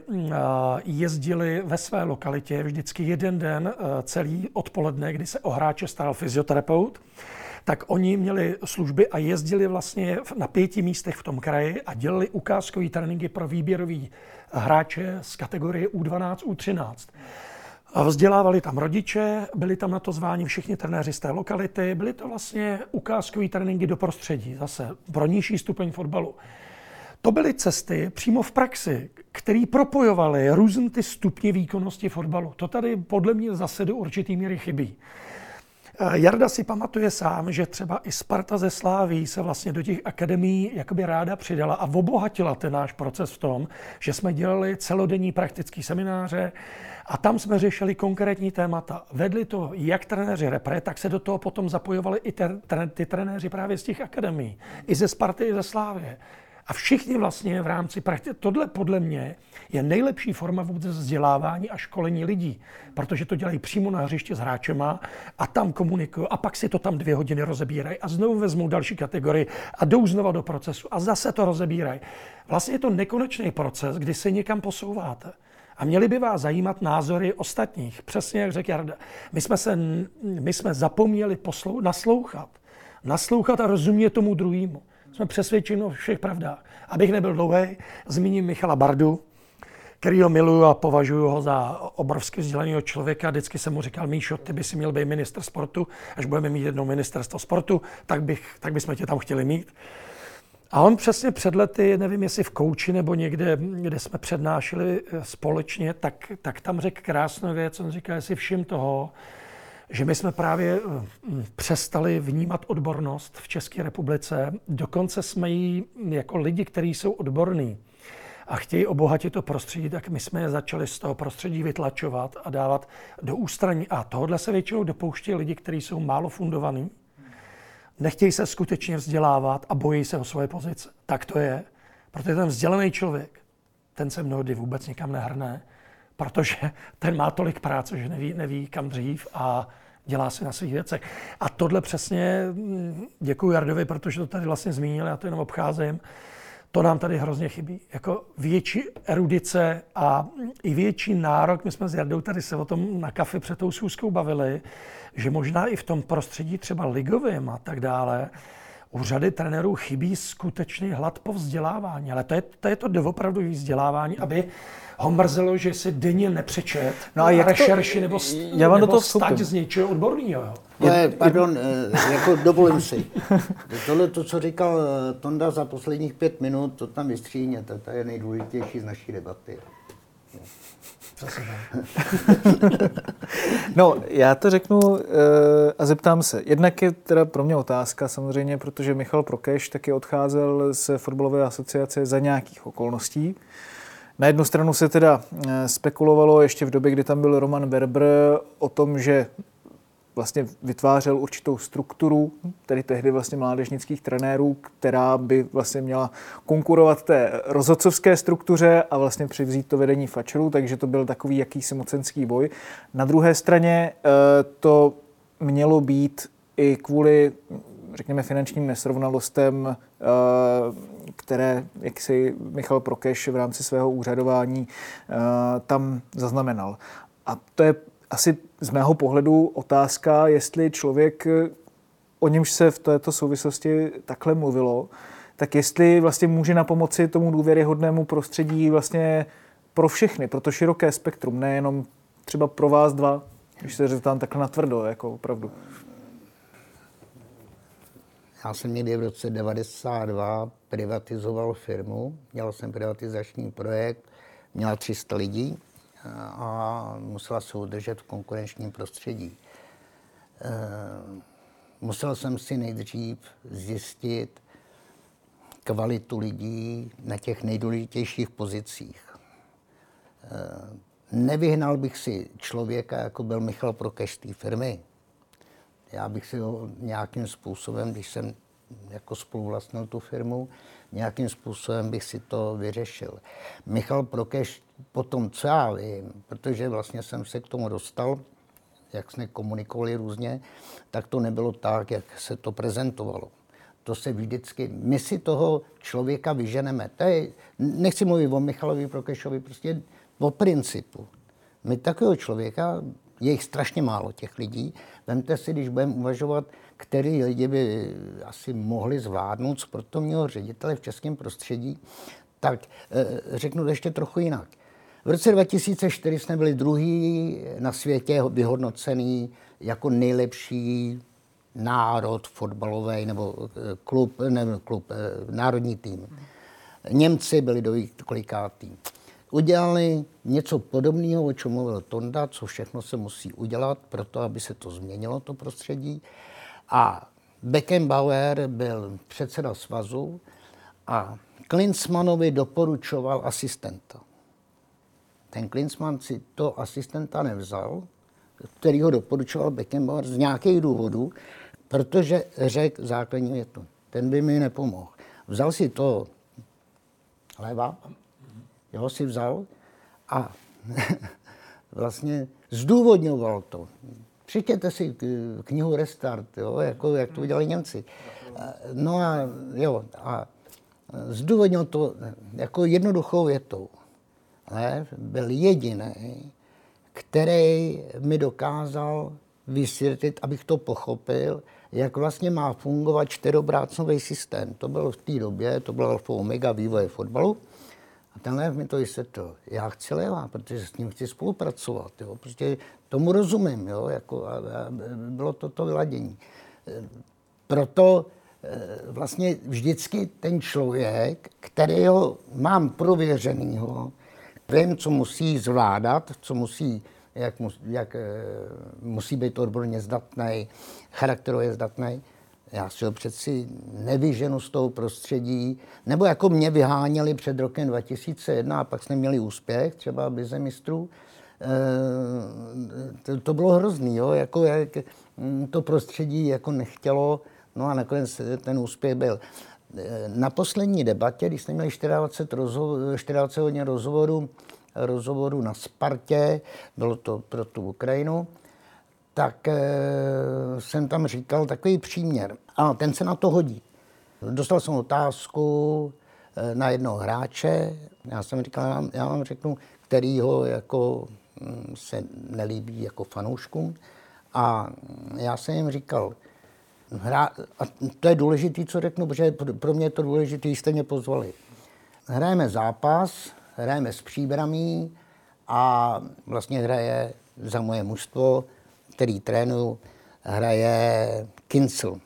jezdili ve své lokalitě vždycky jeden den celý odpoledne, kdy se o hráče staral fyzioterapeut, tak oni měli služby a jezdili vlastně na pěti místech v tom kraji a dělali ukázkové tréninky pro výběrový hráče z kategorie U dvanáct, U třináct. Vzdělávali tam rodiče, byli tam na to zváni všichni trenéři z té lokality, byly to vlastně ukázkové tréninky do prostředí, zase pro nižší stupeň fotbalu. To byly cesty přímo v praxi, které propojovaly různé ty stupně výkonnosti fotbalu. To tady podle mě zase do určitý míry chybí. Jarda si pamatuje sám, že třeba i Sparta ze Sláví se vlastně do těch akademií jakoby ráda přidala a obohatila ten náš proces v tom, že jsme dělali celodenní praktické semináře a tam jsme řešili konkrétní témata. Vedli to jak trenéři repre, tak se do toho potom zapojovali i te, tre, ty trenéři právě z těch akademií. I ze Sparty, i ze Slávie. A všichni vlastně v rámci praktiky, tohle podle mě je nejlepší forma vůbec vzdělávání a školení lidí, protože to dělají přímo na hřiště s hráčema a tam komunikují a pak si to tam dvě hodiny rozebírají a znovu vezmou další kategorii a jdou znova do procesu a zase to rozebírají. Vlastně je to nekonečný proces, kdy se někam posouváte. A měly by vás zajímat názory ostatních. Přesně jak řekl Jarda. My jsme, se, my jsme zapomněli poslou, naslouchat. Naslouchat a rozumět tomu druhému. Jsme přesvědčeni o všech pravdách. Abych nebyl dlouhý, zmíním Michala Bardu, kterýho miluju a považuji ho za obrovsky vzdělaného člověka. Vždycky jsem mu říkal, Míšo, ty by si měl být ministr sportu, až budeme mít jednou ministerstvo sportu, tak, bych, tak bychom tě tam chtěli mít. A on přesně před lety, nevím jestli v Kouči nebo někde, kde jsme přednášeli společně, tak, tak tam řekl krásnou věc. On říká, jestli všim toho, že my jsme právě přestali vnímat odbornost v České republice. Dokonce jsme ji jako lidi, kteří jsou odborní a chtějí obohatit to prostředí, tak my jsme je začali z toho prostředí vytlačovat a dávat do ústraní. A tohle se většinou dopouští lidi, kteří jsou málo fundovaní, nechtějí se skutečně vzdělávat a bojí se o svoje pozice. Tak to je, protože ten vzdělaný člověk, ten se mnohdy vůbec nikam nehrne, protože ten má tolik práce, že neví, neví kam dřív a dělá si na svých věcech. A tohle přesně, děkuji Jardovi, protože to tady vlastně zmínil, já to jenom obcházím, to nám tady hrozně chybí. Jako větší erudice a i větší nárok, my jsme s Jardou tady se o tom na kafe před tou schůzkou bavili, že možná i v tom prostředí třeba ligovém a tak dále, u řady trenérů chybí skutečný hlad po vzdělávání, ale to je to, je to doopravdový vzdělávání, aby ho mrzelo, že si denně nepřečet no a jak rešerši to, nebo, já vám nebo do toho stať z něčeho odborného. Je, pardon, jako dovolím si. Tohle, to, co říkal Tonda za posledních pět minut, to tam vystříhněte, to je nejdůležitější z naší debaty. No, já to řeknu uh, a zeptám se. Jednak je teda pro mě otázka samozřejmě, protože Michal Prokeš taky odcházel z fotbalové asociace za nějakých okolností. Na jednu stranu se teda spekulovalo ještě v době, kdy tam byl Roman Berber, o tom, že vlastně vytvářel určitou strukturu, tedy tehdy vlastně mládežnických trenérů, která by vlastně měla konkurovat té rozhodcovské struktuře a vlastně přivzít to vedení Fatscherů, takže to byl takový jakýsi mocenský boj. Na druhé straně to mělo být i kvůli, řekněme, finančním nesrovnalostem, které, jak si Michal Prokeš v rámci svého úřadování tam zaznamenal. A to je asi z mého pohledu otázka, jestli člověk, o němž se v této souvislosti takhle mluvilo, tak jestli vlastně může na pomoci tomu důvěryhodnému prostředí vlastně pro všechny, pro to široké spektrum, nejenom třeba pro vás dva, když se zeptám takhle natvrdo, jako opravdu. Já jsem někdy v roce devadesát dva privatizoval firmu, dělal jsem privatizační projekt, měla tři sta lidí a musela se udržet v konkurenčním prostředí. Musel jsem si nejdřív zjistit kvalitu lidí na těch nejdůležitějších pozicích. Nevyhnal bych si člověka, jako byl Michal Prokeš z té firmy. Já bych si ho nějakým způsobem, když jsem jako spoluvlastnil tu firmu, nějakým způsobem bych si to vyřešil. Michal Prokeš potom, co já vím, protože vlastně jsem se k tomu dostal, jak jsme komunikovali různě, tak to nebylo tak, jak se to prezentovalo. To se vždycky, my si toho člověka vyženeme. To je, nechci mluvit o Michalovi Prokešovi, prostě o principu. My takového člověka, je jich strašně málo těch lidí, vemte si, když budeme uvažovat, který lidi by asi mohli zvládnout sportovního ředitele v českém prostředí, tak e, řeknu to ještě trochu jinak. V roce dva tisíce čtyři jsme byli druhý na světě vyhodnocený jako nejlepší národ fotbalový nebo klub, ne, klub, národní tým. Němci byli do kolikátý. Udělali něco podobného, o čem mluvil Tonda, co všechno se musí udělat pro to, aby se to změnilo, to prostředí. A Beckenbauer byl předseda svazu a Klinsmannovi doporučoval asistenta. Ten Klinsmann si to asistenta nevzal, který ho doporučoval Beckenbauer z nějakých důvodů, protože řekl základní větu. Ten by mi nepomohl. Vzal si to leva, jeho si vzal a vlastně zdůvodňoval to. Přečtěte si knihu Restart, jo, jako, jak to udělali Němci. No a jo, a zdůvodnil to jako jednoduchou větou. Ale byl jediný, který mi dokázal vysvětlit, abych to pochopil, jak vlastně má fungovat čtyřobrácnový systém. To bylo v té době, to bylo alfa omega vývoje fotbalu. A ten Lev mi to vysvětlil. Já chci Leva, protože s ním chci spolupracovat. Jo. Prostě tomu rozumím. Jo, jako, a, a bylo to to vyladění. Proto vlastně vždycky ten člověk, kterého mám prověřenýho, vím, co musí zvládat, co musí, jak, mus, jak musí být odborně zdatný, charakterově zdatný. Já si ho přeci nevyženu z toho prostředí, nebo jako mě vyháněli před rokem dva tisíce jedna a pak jsme měli úspěch, třeba Lize mistrů. E, to, to bylo hrozný, jo? Jako, jak to prostředí jako nechtělo, no a nakonec ten úspěch byl. Na poslední debatě, když jsme měli dvacet čtyři, rozhovor, dvacet hodin rozhovorů, rozhovorů na Spartě, bylo to pro tu Ukrajinu, tak e, jsem tam říkal takový příměr. A ten se na to hodí. Dostal jsem otázku e, na jednoho hráče. Já jsem říkal, já vám řeknu, který ho jako m, se nelíbí jako fanouškům. A já jsem jim říkal, Hra, a to je důležité, co řeknu, protože pro mě je to důležité, jste mě pozvali. Hrajeme zápas, hrajeme s Příbramí a vlastně hraje za moje mužstvo, který trénuju, hraje Kincl.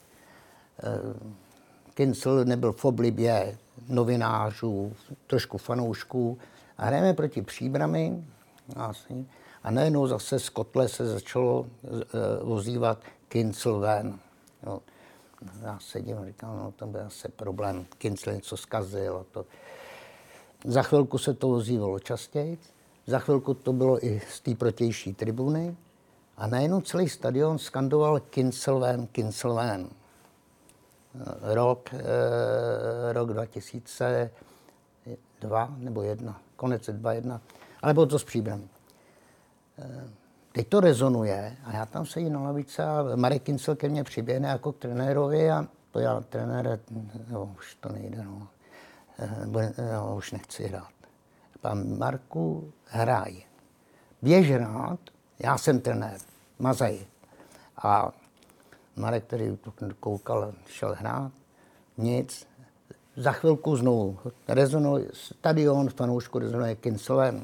Kincl nebyl v oblibě novinářů, trošku fanoušků. A hrajeme proti Příbrami vlastně, a najednou zase z kotle se začalo ozývat Kincl ven. Jo. Já sedím a říkám, no to byl zase problém, Kincl něco zkazil. A to. Za chvilku se to ozývalo častěji, za chvilku to bylo i z té protější tribuny a najednou celý stadion skandoval Kincl ven, Kincl ven. Rok, eh, rok dva tisíce dva nebo jedna, konec dva jedna, ale bylo to s Příbramí. Eh, teď to rezonuje a já tam sedím na lavice a Marek Kincl ke mně přiběhne jako k trenérovi a to já, trenére, no, už to nejde, no. Eh, no, už nechci hrát. Pan Marku, hraj. Běž hrát, já jsem trenér, mazaj. A Marek, který koukal, šel hrát, nic. Za chvilku znovu rezonuje, stadion, fanoušku rezonuje Kincl ven.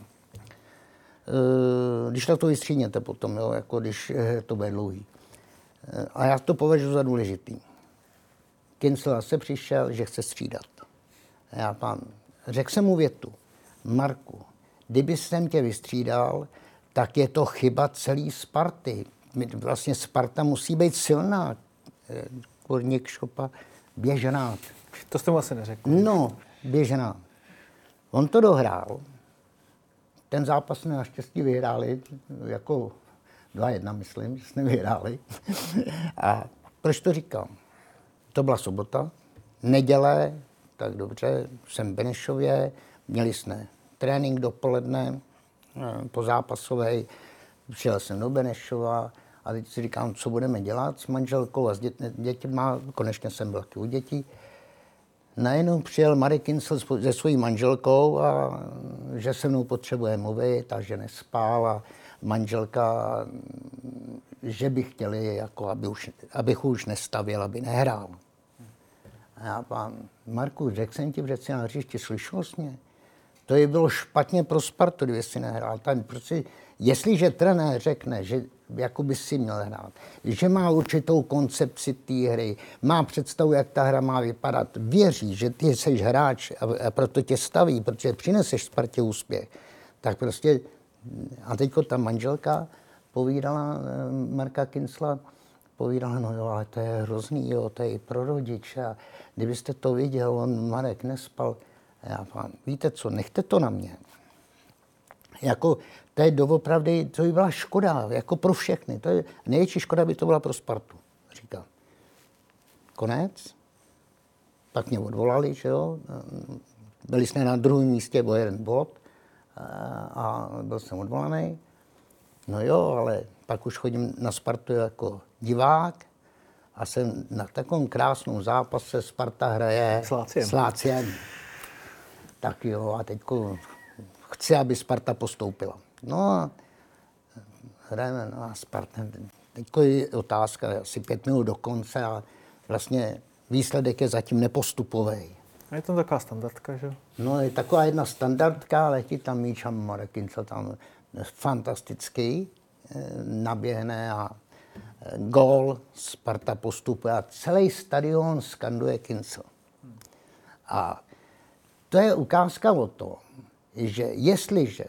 Když tak to vystřídněte potom, jo, jako když to bude dlouhý. A já to považuji za důležitý. Kincl se přišel, že chce střídat. A já pán, řekl jsem mu větu, Marku, kdyby jsem tě vystřídal, tak je to chyba celý Sparty. Vlastně Sparta musí být silná. Korník Šopa, běž hrát. To jste mu asi neřekl. No, běž hrát. On to dohrál. Ten zápas jsme naštěstí vyhráli, jako dva jedna, myslím, že jsme vyhráli. A proč to říkám? To byla sobota, neděle, tak dobře, jsem v Benešově, měli jsme trénink dopoledne, po zápasové, přijel jsem do Benešova a teď si říkám, co budeme dělat s manželkou a s dět, dětma, konečně jsem byl taky u dětí. Najednou přijel Marek Kincl se svojí manželkou a že se mnou potřebuje mluvit a že nespál a manželka, že by chtěli, jako aby už, abych už nestavěl, aby nehrál. A já pán, Marku, řekl jsem ti přeci na hřišti, slyšel jsi mě? To je bylo špatně pro Spartu, kdyby si nehrál. Tam prostě, jestliže trenér řekne, že jako by si měl hrát, že má určitou koncepci té hry, má představu, jak ta hra má vypadat, věří, že ty jsi hráč a, a proto tě staví, protože přineseš Spartě úspěch, tak prostě, a teďko ta manželka povídala Marka Kincla, povídala, no jo, ale to je hrozný, jo, to je pro rodiče a kdybyste to viděl, on Marek nespal. A já pán, víte co, nechte to na mě. Jako, to je doopravdy, to by byla škoda, jako pro všechny. To je, největší škoda by to byla pro Spartu, říká. Konec. Pak mě odvolali, že jo. Byli jsme na druhém místě o jeden bod a byl jsem odvolaný. No jo, ale pak už chodím na Spartu jako divák a jsem na takovém krásném zápase Sparta hraje s Láciem. Tak jo, a teďko chci, aby Sparta postoupila. No a hrajeme na Sparta. Teďko je otázka, asi pět minut do konce a vlastně výsledek je zatím nepostupový. A je to taková standardka, že? No, je taková jedna standardka, letí tam míč a Marek Kincl tam fantastický, naběhne a gól, Sparta postupuje a celý stadion skanduje Kincl. A to je ukázka o tom, že jestliže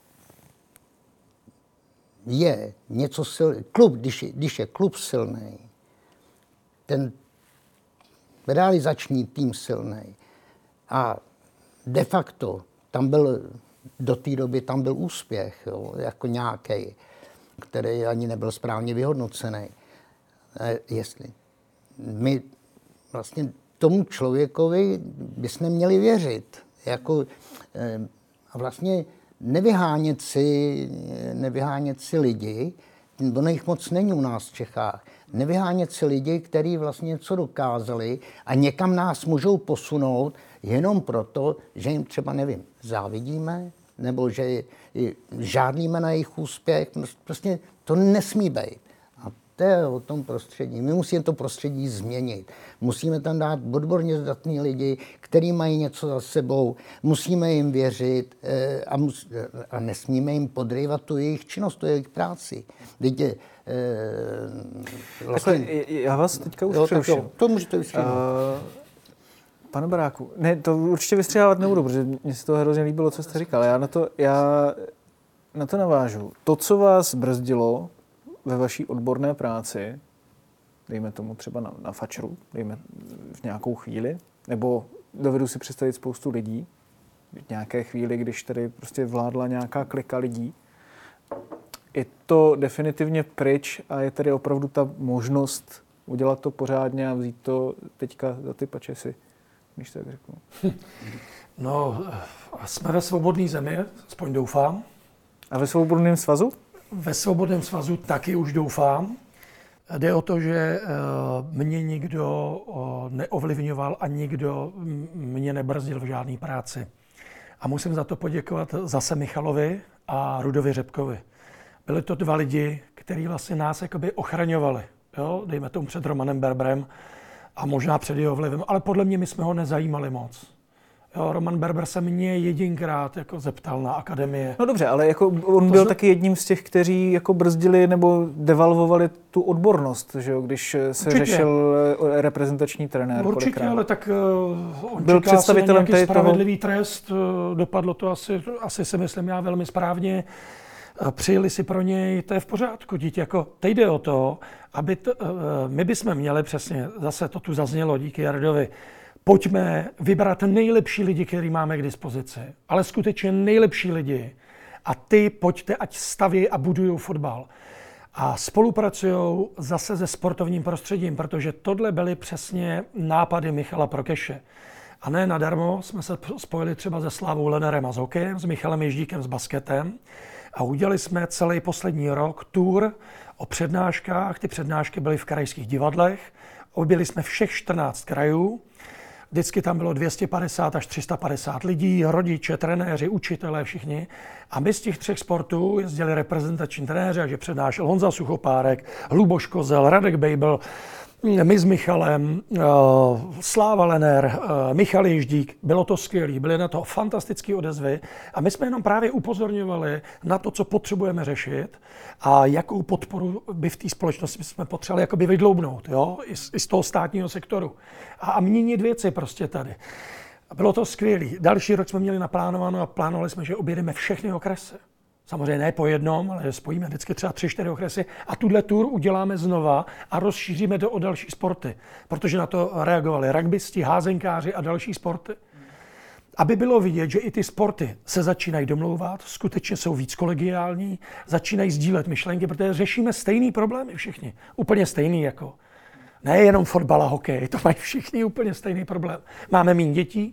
je něco silný, klub, když je, když je klub silný, ten realizační tým silný a de facto tam byl, do té doby tam byl úspěch, jo, jako nějaký, který ani nebyl správně vyhodnocený. Jestli my vlastně tomu člověkovi bychom měli věřit. Jako, a vlastně nevyhánět si, nevyhánět si lidi, ono jich moc není u nás v Čechách, nevyhánět si lidi, kteří vlastně něco dokázali a někam nás můžou posunout jenom proto, že jim třeba, nevím, závidíme, nebo že žádníme na jejich úspěch. Prostě to nesmí být. A to je o tom prostředí. My musíme to prostředí změnit. Musíme tam dát odborně zdatní lidi, kteří mají něco za sebou. Musíme jim věřit a, mus, a nesmíme jim podrývat tu jejich činnost, tu jejich práci. Víte, vlastně, Takhle, já vás teďka už přeruším. To, to můžete vystříhat. Uh, pane Baráku, ne, to určitě vystříhávat nebudu, protože mně se to hrozně líbilo, co jste říkal. Já na to, já na to navážu. To, co vás brzdilo ve vaší odborné práci, dejme tomu třeba na, na fačru, dejme v nějakou chvíli, nebo dovedu si představit spoustu lidí, v nějaké chvíli, když tady prostě vládla nějaká klika lidí, je to definitivně pryč a je tady opravdu ta možnost udělat to pořádně a vzít to teďka za ty pačesy, když tak řeknu. No, jsme ve svobodné zemi, aspoň doufám. A ve svobodném svazu? Ve svobodném svazu taky už doufám. Jde o to, že mě nikdo neovlivňoval a nikdo mě nebrzdil v žádné práci. A musím za to poděkovat zase Michalovi a Rudovi Řepkovi. Byli to dva lidi, kteří vlastně nás jakoby ochraňovali. Jo? Dejme tomu před Romanem Berberem a možná před jeho vlivem, ale podle mě my jsme ho nezajímali moc. Jo, Roman Berber se mě jedinkrát jako zeptal na akademie. No dobře, ale jako on to byl z... taky jedním z těch, kteří jako brzdili nebo devalvovali tu odbornost, že jo, když se určitě řešil reprezentační trenér. Určitě, kolikrát. Ale tak uh, on byl představitelem nějaký spravedlivý toho... trest, uh, dopadlo to asi, asi si myslím já velmi správně. Přijeli si pro něj, to je v pořádku, dítě, jako teď jde o to, aby to, uh, my bychom měli přesně, zase to tu zaznělo díky Jardovi, pojďme vybrat nejlepší lidi, který máme k dispozici, ale skutečně nejlepší lidi a ty pojďte, ať staví a budují fotbal. A spolupracují zase se sportovním prostředím, protože tohle byly přesně nápady Michala Prokeše. A ne nadarmo jsme se spojili třeba se Slávou Lenerem a s hokejem, s Michalem Ježdíkem, s basketem a udělali jsme celý poslední rok tour o přednáškách. Ty přednášky byly v krajských divadlech, objeli jsme všech čtrnáct krajů. Vždycky tam bylo dvě stě padesát až tři sta padesát lidí, rodiče, trenéři, učitelé, všichni. A my z těch třech sportů jezdili reprezentační trenéři, takže přednášel Honza Suchopárek, Luboš Kozel, Radek Bejbl, my s Michalem, Sláva Lener, Michal Ježdík. Bylo to skvělé, byly na to fantastické odezvy a my jsme jenom právě upozorňovali na to, co potřebujeme řešit a jakou podporu by v té společnosti jsme potřebovali jakoby vydloubnout, jo? I, z, i z toho státního sektoru. A, a měnit věci prostě tady. Bylo to skvělé. Další rok jsme měli naplánováno a plánovali jsme, že objedeme všechny okresy. Samozřejmě ne po jednom, ale spojíme vždycky třeba tři, čtyři okresy a tuhle tour uděláme znova a rozšíříme to o další sporty, protože na to reagovali rugbysti, házenkáři a další sporty. Aby bylo vidět, že i ty sporty se začínají domlouvat, skutečně jsou víc kolegiální, začínají sdílet myšlenky, protože řešíme stejný problémy všichni, úplně stejný jako. Nejenom fotbal a hokej, to mají všichni úplně stejný problém. Máme méně dětí,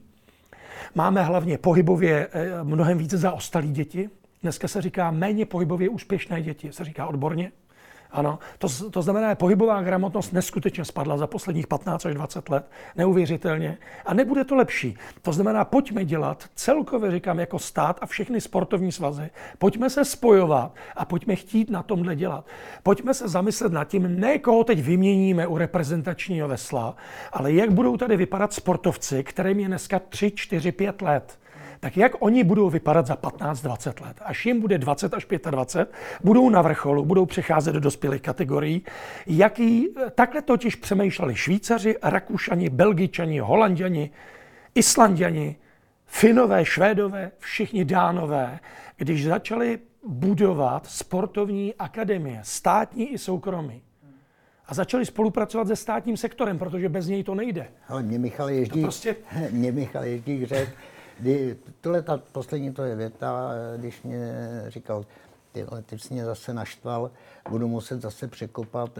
máme hlavně pohybově mnohem více zaostalí děti. Dneska se říká méně pohybově úspěšné děti, se říká odborně. Ano, to, to znamená, že pohybová gramotnost neskutečně spadla za posledních patnáct až dvacet let, neuvěřitelně. A nebude to lepší. To znamená, pojďme dělat, celkově říkám jako stát a všechny sportovní svazy, pojďme se spojovat a pojďme chtít na tomhle dělat. Pojďme se zamyslet nad tím, ne koho teď vyměníme u reprezentačního vesla, ale jak budou tady vypadat sportovci, kterým je dneska tři, čtyři, pět let. Tak jak oni budou vypadat za patnáct dvacet let? Až jim bude dvacet až dvacet pět, budou na vrcholu, budou přecházet do dospělých kategorií. Jaký, takhle totiž přemýšleli Švýcaři, Rakušani, Belgičani, Holanděni, Islanděni, Finové, Švédové, všichni Dánové, když začali budovat sportovní akademie, státní i soukromí. A začali spolupracovat se státním sektorem, protože bez něj to nejde. Ale mě Michal Ježdík, prostě... mě Michal Ježdík řekl, tohle ta poslední to je věta, když mě říkal, tyhle, ty jsi mě zase naštval, budu muset zase překopat eh,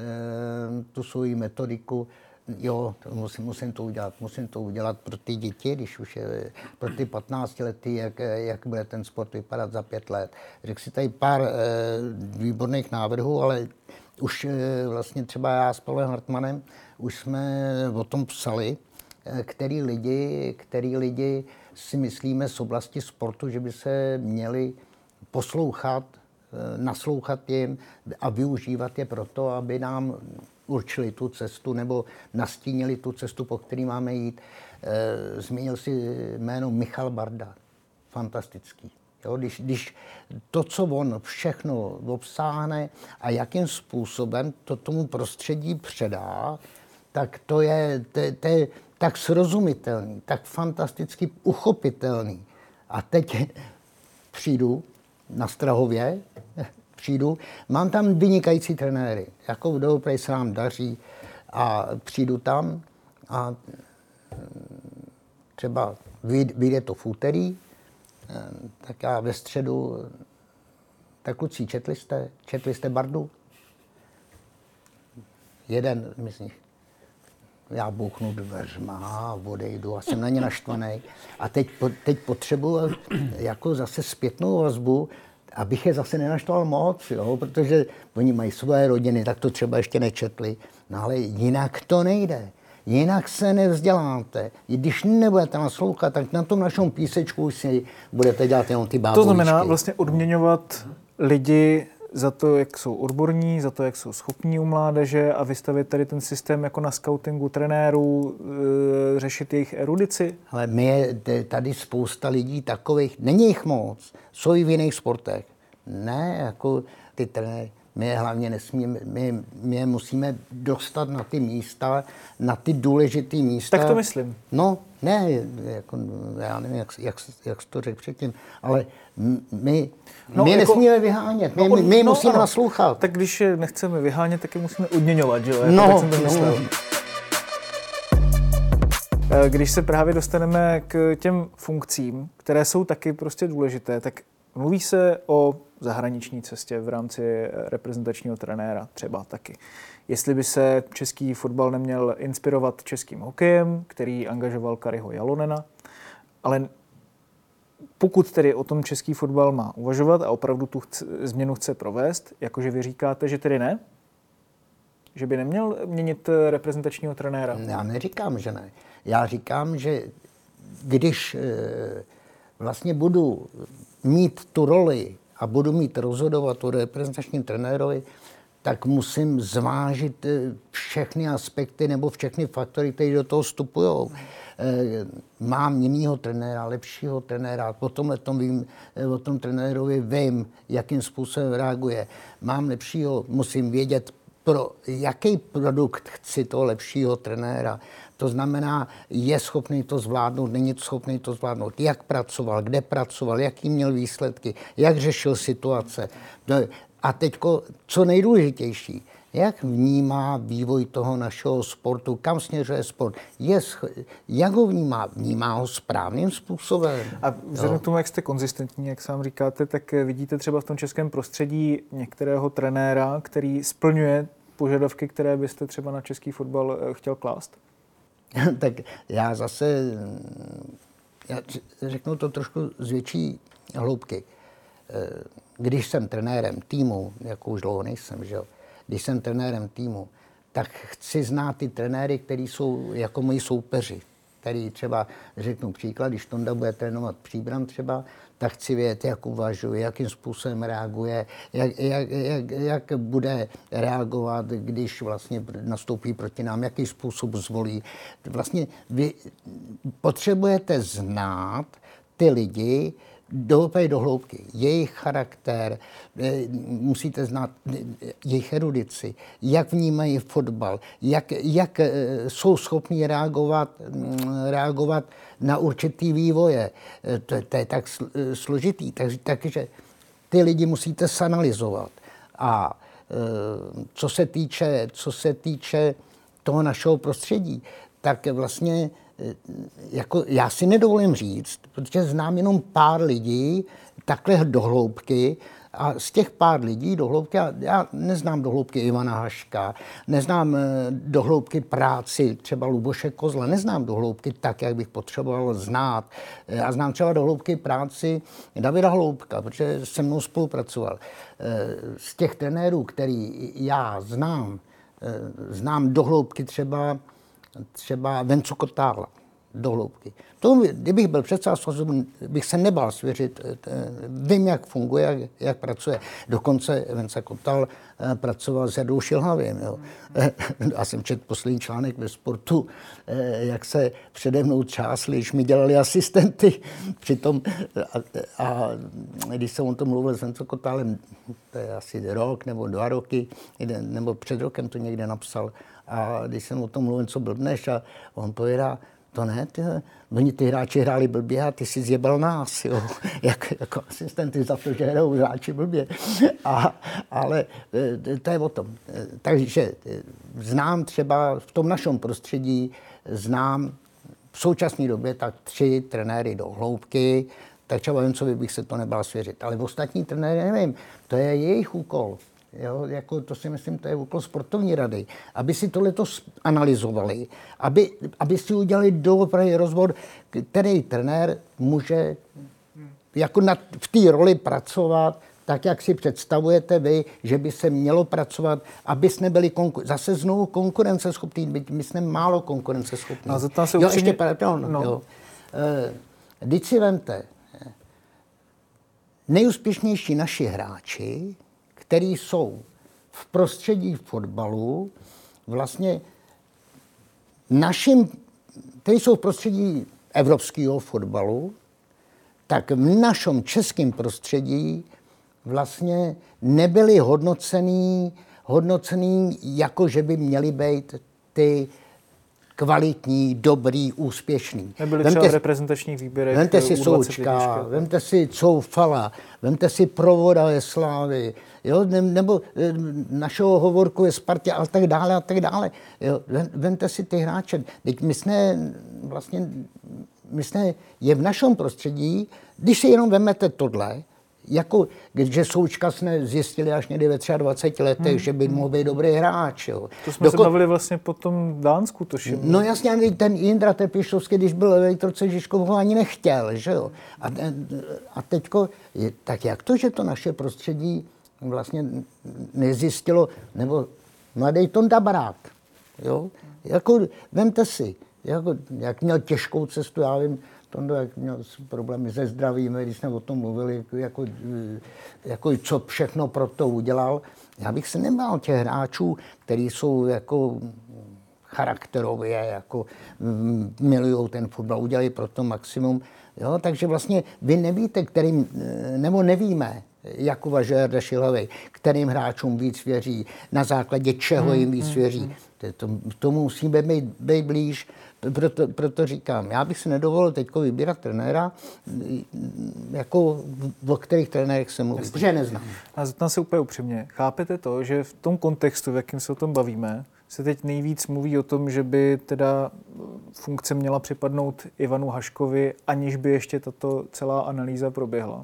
tu svoji metodiku. Jo, musím, musím to udělat, musím to udělat pro ty děti, když už je pro ty patnáctiletí, jak, jak bude ten sport vypadat za pět let. Řekl si tady pár eh, výborných návrhů, ale už eh, vlastně třeba já s Pavlem Hartmanem už jsme o tom psali, eh, který lidi, který lidi si myslíme z oblasti sportu, že by se měli poslouchat naslouchat jim a využívat je proto, aby nám určili tu cestu nebo nastínili tu cestu, po který máme jít. Zmínil si jméno Michal Barda. Fantastický. Jo, když, když to, co on všechno obsáhne a jakým způsobem to tomu prostředí předá, tak to je, to, to je tak srozumitelný, tak fantasticky uchopitelný. A teď přijdu na Strahově, přijdu, mám tam vynikající trenéry, jako doopravdy se nám daří a přijdu tam a třeba vyjde to v úterý, tak já ve středu, tak kluci, četli jste, četli jste Bardu? Jeden z nich. Já bouchnu dveřma a odejdu a jsem na ně naštvaný. A teď, teď potřebuji jako zase zpětnou vazbu, abych je zase nenaštval moc, jo? Protože oni mají svoje rodiny, tak to třeba ještě nečetli. No ale jinak to nejde. Jinak se nevzděláte. Když nebudete naslouchat, tak na tom našem písečku už si budete dělat jenom ty báboličky. To znamená vlastně odměňovat lidi za to, jak jsou odborní, za to, jak jsou schopní u mládeže a vystavit tady ten systém jako na scoutingu trenérů, e, řešit jejich erudici? Ale my je tady spousta lidí takových, není jich moc, jsou i v jiných sportech. Ne, jako ty trenéry. My je hlavně nesmíme, my, my je musíme dostat na ty místa, na ty důležité místa. Tak to myslím. No, ne, jako, já nevím, jak, jak, jak jsi to řekl předtím, ale my, no, my je jako, nesmíme vyhánět, my, no, my, my no, musíme ano. naslouchat. Tak když je nechceme vyhánět, tak je musíme odměňovat, že jo? No, tak jsem to myslel. no. Když se právě dostaneme k těm funkcím, které jsou taky prostě důležité, tak mluví se o zahraniční cestě v rámci reprezentačního trenéra třeba taky. Jestli by se český fotbal neměl inspirovat českým hokejem, který angažoval Kariho Jalonena, ale pokud tedy o tom český fotbal má uvažovat a opravdu tu chc- změnu chce provést, jakože vy říkáte, že tedy ne? Že by neměl měnit reprezentačního trenéra? Já neříkám, že ne. Já říkám, že když e, vlastně budu mít tu roli a budu mít rozhodovat o reprezentačním trenérovi, tak musím zvážit všechny aspekty nebo všechny faktory, které do toho vstupují. Mám jinýho trenéra, lepšího trenéra, potom o tom, vím, o tom trenérovi vím, jakým způsobem reaguje. Mám lepšího, musím vědět, pro jaký produkt chci toho lepšího trenéra. To znamená, je schopný to zvládnout, není schopný to zvládnout. Jak pracoval, kde pracoval, jaký měl výsledky, jak řešil situace. A teďko, co nejdůležitější, jak vnímá vývoj toho našeho sportu, kam směřuje sport, je, jak ho vnímá, vnímá ho správným způsobem. A vzhledem k tomu, jak jste konzistentní, jak sám říkáte, tak vidíte třeba v tom českém prostředí některého trenéra, který splňuje požadavky, které byste třeba na český fotbal chtěl klást? Tak já zase, já řeknu to trošku z větší hloubky. Když jsem trenérem týmu, jako už dlouho nejsem, že jo, když jsem trenérem týmu, tak chci znát ty trenéry, kteří jsou jako moji soupeři. Který třeba, řeknu příklad, když Tonda bude trénovat Příbram třeba, tak chci vědět, jak uvažuje, jakým způsobem reaguje, jak, jak, jak, jak bude reagovat, když vlastně nastoupí proti nám, jaký způsob zvolí. Vlastně vy potřebujete znát ty lidi, do, do hloubky, jejich charakter, musíte znát jejich erudici, jak vnímají fotbal, jak, jak jsou schopni reagovat, reagovat na určitý vývoje. To, to je tak složitý, takže, takže ty lidi musíte zanalyzovat. A co se týče, co se týče toho našeho prostředí, tak vlastně jako já si nedovolím říct, protože znám jenom pár lidí takhle do hloubky a z těch pár lidí do hloubky, já, já neznám do hloubky Ivana Haška, neznám do hloubky práci třeba Luboše Kozla, neznám do hloubky tak, jak bych potřeboval znát. Já znám třeba do hloubky práci Davida Hloubka, protože se mnou spolupracoval. Z těch trenérů, který já znám, znám do hloubky třeba třeba Vencu Kotála. do hloubky. To, kdybych byl předseda svazu, bych se nebál svěřit. Vím, jak funguje, jak, jak pracuje. Dokonce Vence Kotal pracoval s Jardou Šilhavým. Jo. Já jsem četl poslední článek ve Sportu, jak se přede mnou třásli, když mi dělali asistenty. Přitom, a, a když jsem o tom mluvil s Vencou Kotalem, to je asi rok nebo dva roky, nebo před rokem to někde napsal, a když jsem o tom mluvil, co blbneš, a on povídá, to ne, ty, oni ty hráči hráli blbě a ty si zjebal nás, jo, jak, jako asistenty za to, že hrajou hráči blbě. A, ale to je o tom. Takže znám třeba v tom našem prostředí, znám v současné době tak tři trenéry do hloubky, tak třeba Vencovi bych se to nebál svěřit. Ale v ostatní trenéry nevím, to je jejich úkol. Jo, jako to si myslím, to je úkol sportovní rady, aby si tohleto analyzovali, aby, aby si udělali doopravdy rozbor, který trenér může jako na, v té roli pracovat, tak, jak si představujete vy, že by se mělo pracovat, aby jsme byli konkur- zase znovu konkurenceschopní, byť my jsme málo konkurenceschopní. A zeptám se jo, upřímně... ještě, pardon, no. jo. Vždyť si vemte, nejúspěšnější naši hráči, který jsou v prostředí fotbalu, vlastně našim, který jsou v prostředí evropského fotbalu, tak v našem českém prostředí vlastně nebyli hodnocený, hodnocený jako, že by měli být ty kvalitní, dobrý, úspěšný. Nebyli třeba v reprezentačních výběrech. Vemte si Součka, vemte si Coufala, vemte si Provoda ve Slávy, jo, ne, nebo našeho Hovorku je Spartě a tak dále a tak dále. Jo, vemte si ty hráče. Teď my jsme vlastně, my jsme je v našem prostředí, když si jenom vemete tohle, jako, že Součka jsme zjistili až někdy ve dvaceti třech letech, hmm. že by mohl být dobrý hráč. Jo. To jsme Doko... se bavili vlastně po tom Dánsku, tuším. No jasně, ten Jindra Trpišovský, když byl ve Vejtroce Žižkov, ho ani nechtěl, že jo. A, a teďko, tak jak to, že to naše prostředí vlastně nezjistilo, nebo mladý Tonda Barák, jo. Jako, vemte si, jako, jak měl těžkou cestu, já vím, Tondo, jak měl problémy se zdravím, když jsme o tom mluvili, jako, jako co všechno pro to udělal. Já bych se nebál těch hráčů, kteří jsou jako charakterově, jako milují ten fotbal, udělají pro to maximum. Jo? Takže vlastně vy nevíte, kterým, nebo nevíme, jak uvažuje Jarda Šilhavý, kterým hráčům víc věří, na základě čeho jim víc věří. To, tomu musíme být, být blíž. Proto, proto říkám, já bych si nedovolil teď vybírat trenéra, jako o kterých trenérech se mluví, protože neznám. A zeptám se úplně upřímně. Chápete to, že v tom kontextu, v jakém se o tom bavíme, se teď nejvíc mluví o tom, že by teda funkce měla připadnout Ivanu Haškovi, aniž by ještě tato celá analýza proběhla?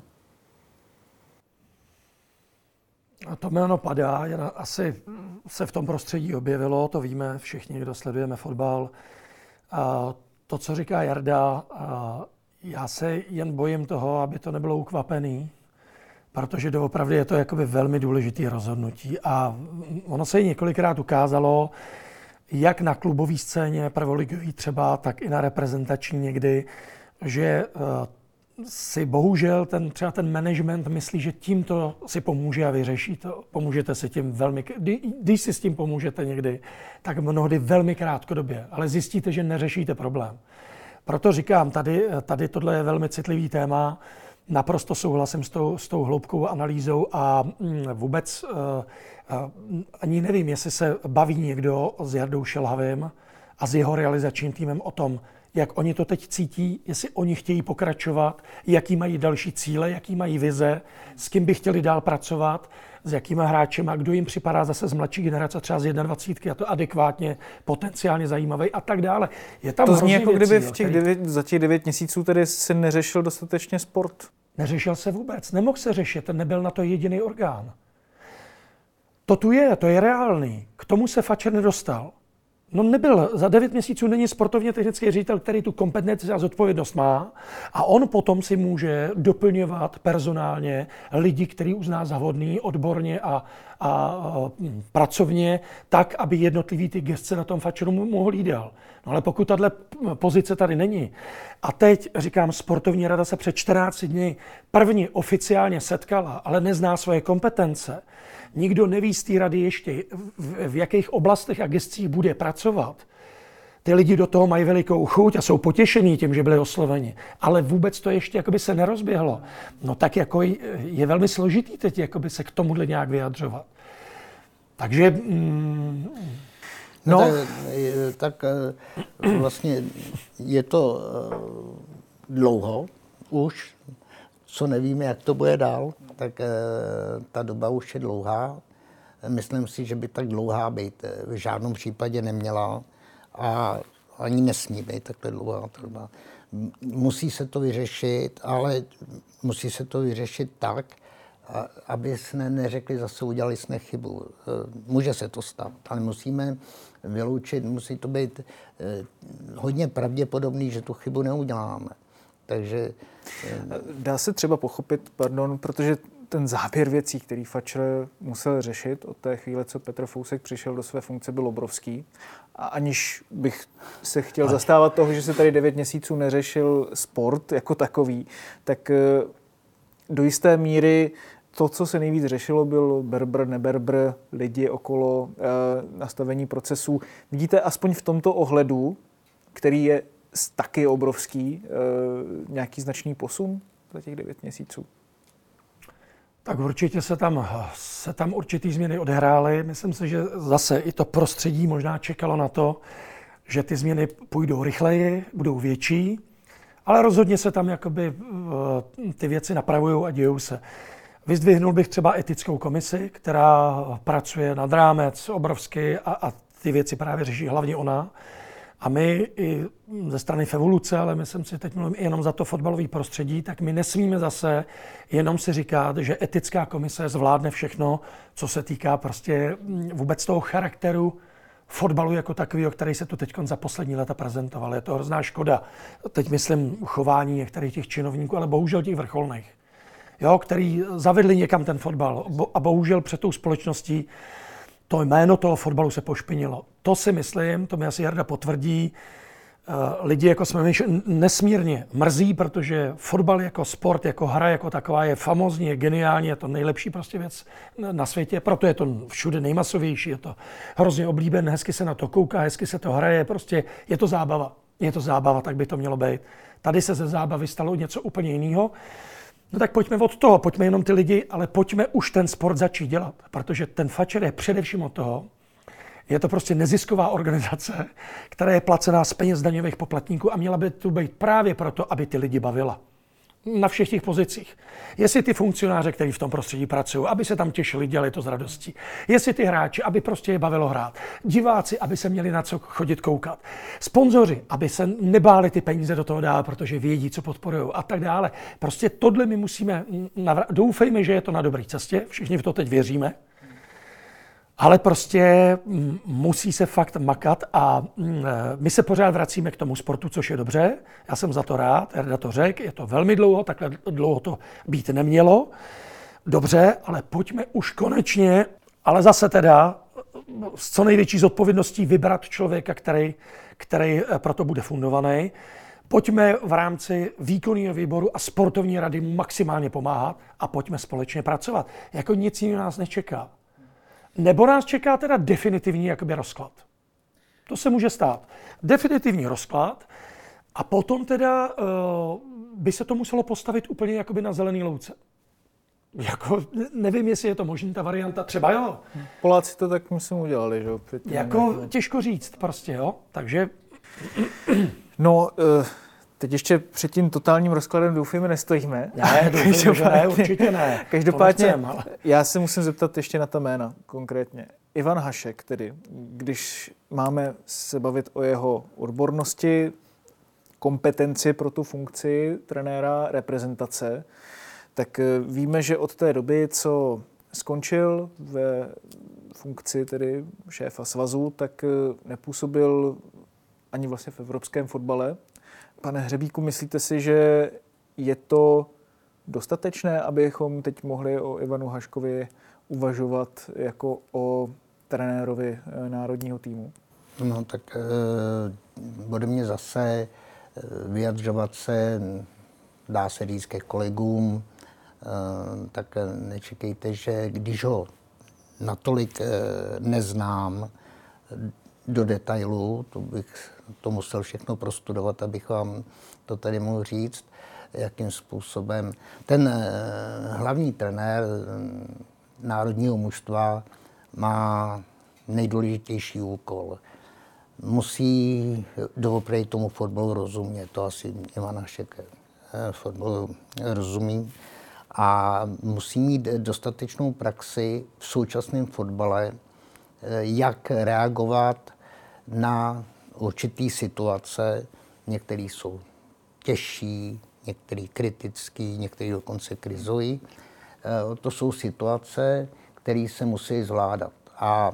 A to jméno padá, jen asi se v tom prostředí objevilo, to víme všichni, kdo sledujeme fotbal. A to, co říká Jarda, já se jen bojím toho, aby to nebylo ukvapený, protože doopravdy je to jakoby velmi důležitý rozhodnutí. A ono se i několikrát ukázalo, jak na klubové scéně prvoligový třeba, tak i na reprezentační někdy, že si bohužel ten, třeba ten management myslí, že tímto si pomůže a vyřeší to. Pomůžete si tím velmi, když si s tím pomůžete někdy, tak mnohdy velmi krátkodobě, ale zjistíte, že neřešíte problém. Proto říkám, tady, tady tohle je velmi citlivý téma, naprosto souhlasím s tou, s tou hloubkovou analýzou a vůbec uh, uh, ani nevím, jestli se baví někdo s Jardou Šilhavým a s jeho realizačním týmem o tom, jak oni to teď cítí, jestli oni chtějí pokračovat, jaký mají další cíle, jaký mají vize, s kým by chtěli dál pracovat, s jakýma hráčem a kdo jim připadá zase z mladší generace, třeba z dvacítky a to adekvátně, potenciálně zajímavý a tak dále. Je tam to zní jako věcí, kdyby v těch který... devět, za těch devět měsíců tedy se neřešil dostatečně sport. Neřešil se vůbec, nemohl se řešit, nebyl na to jediný orgán. To tu je, to je reálný. K tomu se Fatcher nedostal. No nebyl, za devět měsíců není sportovně technický ředitel, který tu kompetenci a zodpovědnost má a on potom si může doplňovat personálně lidi, který uzná za vhodný odborně a, a pracovně tak, aby jednotlivý ty gesce na tom fačeru mohl jít dál. No ale pokud tahle pozice tady není a teď, říkám, sportovní rada se před čtrnácti dny první oficiálně setkala, ale nezná svoje kompetence, nikdo neví z té rady ještě, v, v jakých oblastech a gescích bude pracovat. Ty lidi do toho mají velikou chuť a jsou potěšení tím, že byli osloveni, ale vůbec to ještě jakoby se nerozběhlo. No tak jako je velmi složitý teď jakoby se k tomuhle nějak vyjadřovat. Takže... Mm, no, no tak, tak vlastně je to dlouho už, co nevíme, jak to bude dál, tak ta doba už je dlouhá. Myslím si, že by tak dlouhá být v žádném případě neměla. A ani nesmí být takhle dlouhá doba. Musí se to vyřešit, ale musí se to vyřešit tak, aby jsme neřekli, zase udělali jsme chybu. Může se to stát, ale musíme vyloučit, musí to být hodně pravděpodobný, že tu chybu neuděláme. Takže... Dá se třeba pochopit, pardon, protože ten záběr věcí, který Fatcher musel řešit od té chvíle, co Petr Fousek přišel do své funkce, byl obrovský. A aniž bych se chtěl zastávat toho, že se tady devět měsíců neřešil sport jako takový, tak do jisté míry to, co se nejvíc řešilo, byl berbr, neberbr, lidi okolo, nastavení procesů. Vidíte aspoň v tomto ohledu, který je taky obrovský, nějaký značný posun za těch devět měsíců? Tak určitě se tam, se tam určitý změny odehrály. Myslím si, že zase i to prostředí možná čekalo na to, že ty změny půjdou rychleji, budou větší, ale rozhodně se tam jakoby ty věci napravují a dějou se. Vyzdvihnul bych třeba etickou komisi, která pracuje nad rámec obrovsky a, a ty věci právě řeší hlavně ona. A my i ze strany Fevoluce, ale myslím si, teď mluvím jenom za to fotbalové prostředí, tak my nesmíme zase jenom si říkat, že etická komise zvládne všechno, co se týká prostě vůbec toho charakteru fotbalu jako takového, který se tu teď za poslední léta prezentoval. Je to hrozná škoda. Teď myslím chování některých těch činovníků, ale bohužel těch vrcholných, jo, který zavedli někam ten fotbal a bohužel před tou společností to jméno toho fotbalu se pošpinilo. To si myslím, to mi asi Jarda potvrdí, lidi jako jsme my nesmírně mrzí, protože fotbal jako sport, jako hra, jako taková je famózní, je geniální, je to nejlepší prostě věc na světě, proto je to všude nejmasovější, je to hrozně oblíbené, hezky se na to kouká, hezky se to hraje, prostě je to zábava. Je to zábava, tak by to mělo být. Tady se ze zábavy stalo něco úplně jiného. No tak pojďme od toho, pojďme jenom ty lidi, ale pojďme už ten sport začít dělat, protože ten Fatcher je především od toho, je to prostě nezisková organizace, která je placená z peněz daňových poplatníků a měla by tu být právě proto, aby ty lidi bavila. Na všech těch pozicích. Jestli ty funkcionáře, kteří v tom prostředí pracují, aby se tam těšili, dělali to s radostí. Jestli ty hráči, aby prostě je bavilo hrát. Diváci, aby se měli na co chodit koukat. Sponzoři, aby se nebáli ty peníze do toho dát, protože vědí, co podporují a tak dále. Prostě tohle my musíme, navr- doufejme, že je to na dobré cestě, všichni v to teď věříme. Ale prostě musí se fakt makat a my se pořád vracíme k tomu sportu, což je dobře. Já jsem za to rád, Jarda to řekl, je to velmi dlouho, takhle dlouho to být nemělo. Dobře, ale pojďme už konečně, ale zase teda s co největší zodpovědností vybrat člověka, který, který pro to bude fundovaný. Pojďme v rámci výkonného výboru a sportovní rady maximálně pomáhat a pojďme společně pracovat. Jako nic jiného nás nečeká. Nebo nás čeká teda definitivní jakoby rozklad. To se může stát. Definitivní rozklad a potom teda uh, by se to muselo postavit úplně jakoby na zelený louce. Jako, nevím, jestli je to možný, ta varianta, třeba jo. Poláci to tak myslím udělali, že jo? Jako těžko říct prostě, jo. Takže... No, uh... teď ještě před tím totálním rozkladem doufujeme nestojíme. Ne, doufujeme, že ne, určitě ne. Každopádně, nechcem, ale... já se musím zeptat ještě na ta jména konkrétně. Ivan Hašek tedy, když máme se bavit o jeho odbornosti, kompetenci pro tu funkci trenéra reprezentace, tak víme, že od té doby, co skončil ve funkci tedy šéfa svazu, tak nepůsobil ani vlastně v evropském fotbale. Pane Hřebíku, myslíte si, že je to dostatečné, abychom teď mohli o Ivanu Haškovi uvažovat jako o trenérovi národního týmu? No tak e, bude mě zase vyjadřovat se, dá se říct, ke kolegům, e, tak nečekejte, že když ho natolik e, neznám do detailu, to bych to musel všechno prostudovat, abych vám to tady mohl říct, jakým způsobem. Ten e, hlavní trenér národního mužstva má nejdůležitější úkol. Musí doopravdy tomu fotbalu rozumět, to asi Ivan Hašek fotbalu rozumí, a musí mít dostatečnou praxi v současném fotbale, jak reagovat na určitý situace. Některé jsou těžší, některé kritický, některé dokonce krizový. To jsou situace, které se musí zvládat. A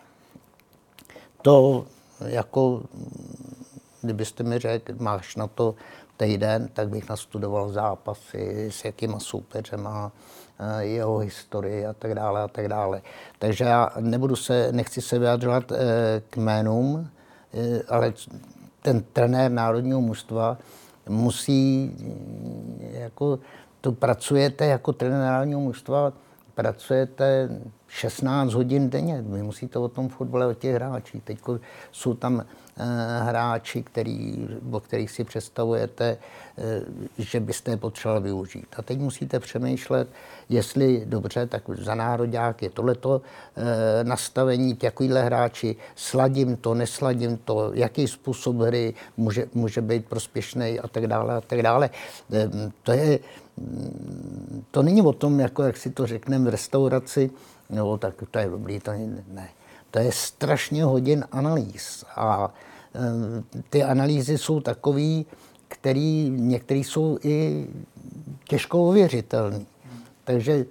to jako, kdybyste mi řekl, máš na to týden, tak bych nastudoval zápasy, s jakýma soupeřema, jeho historii a tak dále a tak dále. Takže já nebudu se, nechci se vyjadřovat k jménům, ale ten trenér národního mužstva musí, jako to pracujete jako trenér národního mužstva, pracujete šestnáct hodin denně. Vy musíte o tom fotbale, o těch hráčích. Teď jsou tam e, hráči, který, o kterých si představujete, e, že byste je potřebovali využít. A teď musíte přemýšlet, jestli dobře, tak za nároďák je tohleto e, nastavení, jakýhle hráči, sladím to, nesladím to, jaký způsob hry může, může být prospěšný a tak dále a tak dále. E, to je To není o tom, jako jak si to řekneme v restauraci, no tak to je dobrý, to ne. To je strašně hodin analýz a e, ty analýzy jsou takový, který některý jsou i těžko ověřitelný. Takže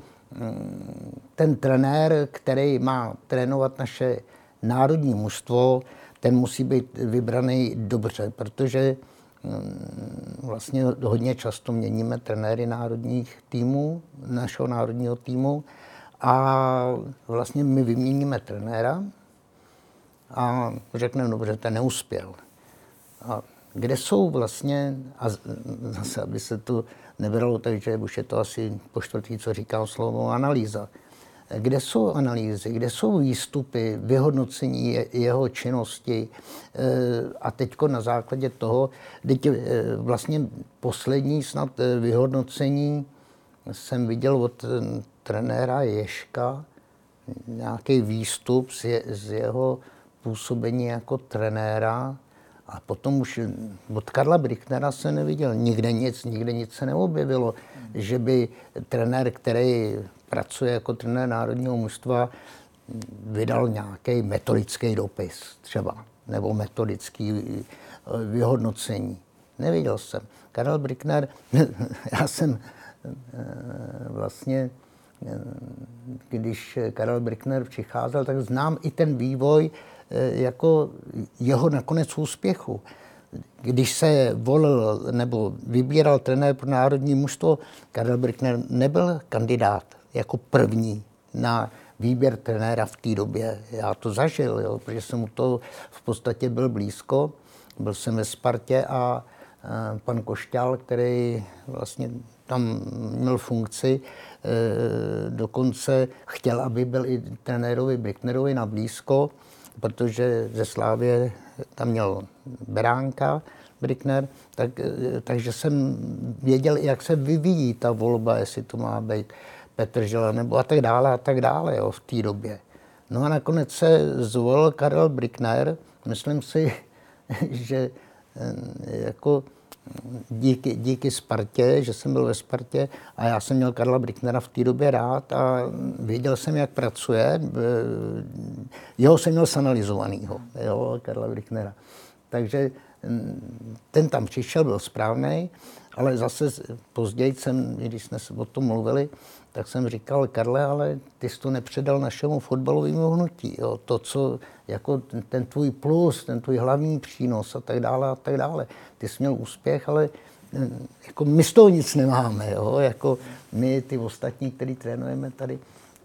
ten trenér, který má trénovat naše národní mužstvo, ten musí být vybraný dobře, protože vlastně hodně často měníme trenéry národních týmů, našeho národního týmu, a vlastně my vyměníme trenéra a řekneme, dobře, ten neuspěl. A kde jsou vlastně, a zase, aby se to nebralo tak, že už je to asi po čtvrtý, co říkám slovo analýza. Kde jsou analýzy, kde jsou výstupy, vyhodnocení jeho činnosti, a teďko na základě toho, teď vlastně poslední snad vyhodnocení jsem viděl od trenéra Ježka, nějaký výstup z, je, z jeho působení jako trenéra, a potom už od Karla Brichnera se neviděl. Nikde nic, nikde nic se neobjevilo, že by trenér, který pracuje jako trenér národního mužstva, vydal nějaký metodický dopis třeba, nebo metodický vyhodnocení. Neviděl jsem. Karel Brichner, já jsem vlastně, když Karel Brichner přicházel, tak znám i ten vývoj jako jeho nakonec úspěchu. Když se volil nebo vybíral trenér pro národní mužstvo, Karel Brichner nebyl kandidát jako první na výběr trenéra v té době. Já to zažil, jo, protože jsem mu to v podstatě byl blízko. Byl jsem ve Spartě a pan Košťál, který vlastně tam měl funkci, dokonce chtěl, aby byl i trenérovi Brichnerovi na blízko, protože ze Slávie tam měl Beránka, Brichner, tak, takže jsem věděl, jak se vyvíjí ta volba, jestli to má být Petr Žela nebo a tak dále a tak dále, jo, v té době. No a nakonec se zvolil Karel Brichner. Myslím si, že jako díky, díky Spartě, že jsem byl ve Spartě a já jsem měl Karla Brichnera v té době rád a věděl jsem, jak pracuje. Jeho jsem měl zanalyzovanýho, jo, Karla Brichnera. Takže ten tam přišel, byl správnej, ale zase později jsem, když jsme se o tom mluvili, tak jsem říkal, Karle, ale ty jsi to nepředal našemu fotbalovému hnutí. Jo. To, co, jako ten tvůj plus, ten tvůj hlavní přínos a tak dále a tak dále. Ty jsi měl úspěch, ale jako my z toho nic nemáme. Jo. Jako my, ty ostatní, který trénujeme tady,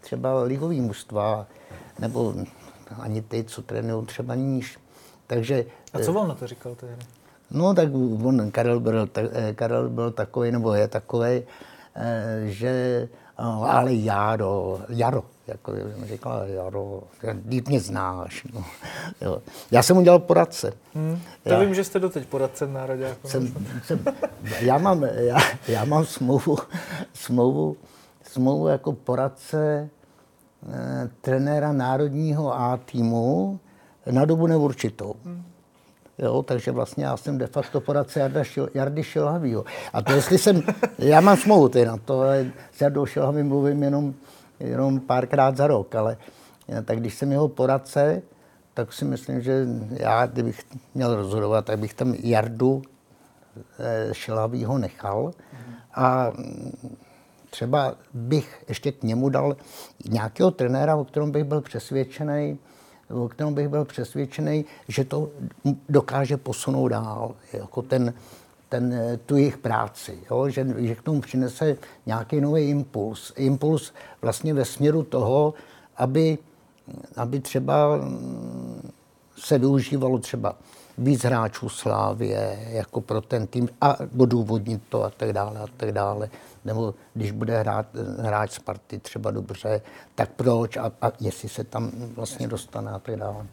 třeba ligový mužstva, nebo ani ty, co trénují třeba níž. Takže, a co on na to říkal tehdy? No tak on, Karel byl, Karel byl takový, nebo je takový, že ale Jaro, Jaro, jako jsem říkal, Jaro, ty mě znáš. No. Jo. Já jsem udělal poradce. Hmm, to já, vím, že jste doteď poradce v národě. Jako jsem, jsem, já mám, já, já mám smlouvu, smlouvu, smlouvu jako poradce eh, trenéra národního A týmu na dobu neurčitou. Hmm. Jo, takže vlastně já jsem de facto poradce Jarda Šil, Jardy Šilhavýho. A to jestli jsem, já mám smlouvu ty na to, ale s Jardou Šilhavým mluvím jenom, jenom párkrát za rok, ale tak když jsem jeho poradce, tak si myslím, že já, kdybych měl rozhodovat, tak bych tam Jardu eh, Šilhavýho nechal a třeba bych ještě k němu dal nějakého trenéra, o kterém bych byl přesvědčený, o kterém bych byl přesvědčený, že to dokáže posunout dál, jako ten, ten, tu jejich práci, jo? Že, že k tomu přinese nějaký nový impuls. Impuls vlastně ve směru toho, aby, aby třeba se využívalo třeba víc hráčů Slávie jako pro ten tým a odůvodnit to a tak dále a tak dále. Nebo když bude hrát hráč Sparty třeba dobře, tak proč a, a jestli se tam vlastně dostane a tak dále.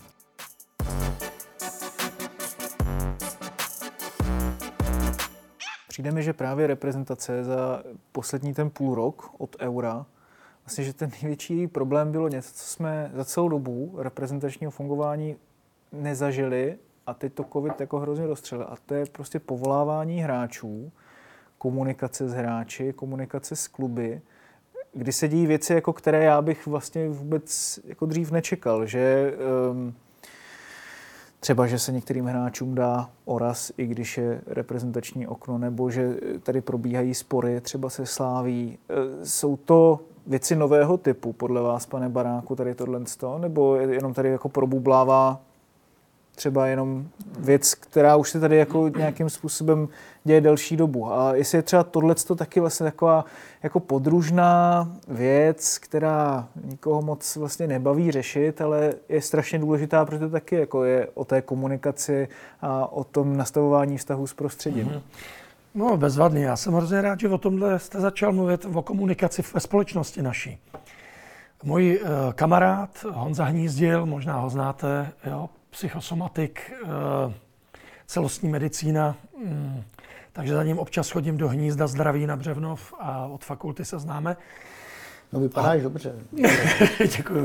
Přijde mi, že právě reprezentace za poslední ten půl rok od Eura, vlastně, že ten největší problém bylo něco, co jsme za celou dobu reprezentačního fungování nezažili a teď to covid jako hrozně rozstřelil. A to je prostě povolávání hráčů, komunikace s hráči, komunikace s kluby, kdy se dějí věci, jako které já bych vlastně vůbec jako dřív nečekal, že um, třeba, že se některým hráčům dá oraz, i když je reprezentační okno, nebo že tady probíhají spory třeba se Sláví. Jsou to věci nového typu, podle vás, pane Baráku, tady tohle, nebo jenom tady jako probublává třeba jenom věc, která už se tady jako nějakým způsobem děje delší dobu. A jestli je třeba tohleto taky vlastně taková jako podružná věc, která nikoho moc vlastně nebaví řešit, ale je strašně důležitá, protože to taky jako je o té komunikaci a o tom nastavování vztahu s prostředím. Mm-hmm. No, bezvadný. Já jsem hrozně rád, že o tomhle jste začal mluvit o komunikaci ve společnosti naší. Můj uh, kamarád Honza Hnízdil, možná ho znáte, jo, psychosomatik, celostní medicína, takže za ním občas chodím do Hnízda zdraví na Břevnov a od fakulty se známe. No vypadáš a... dobře. Děkuju.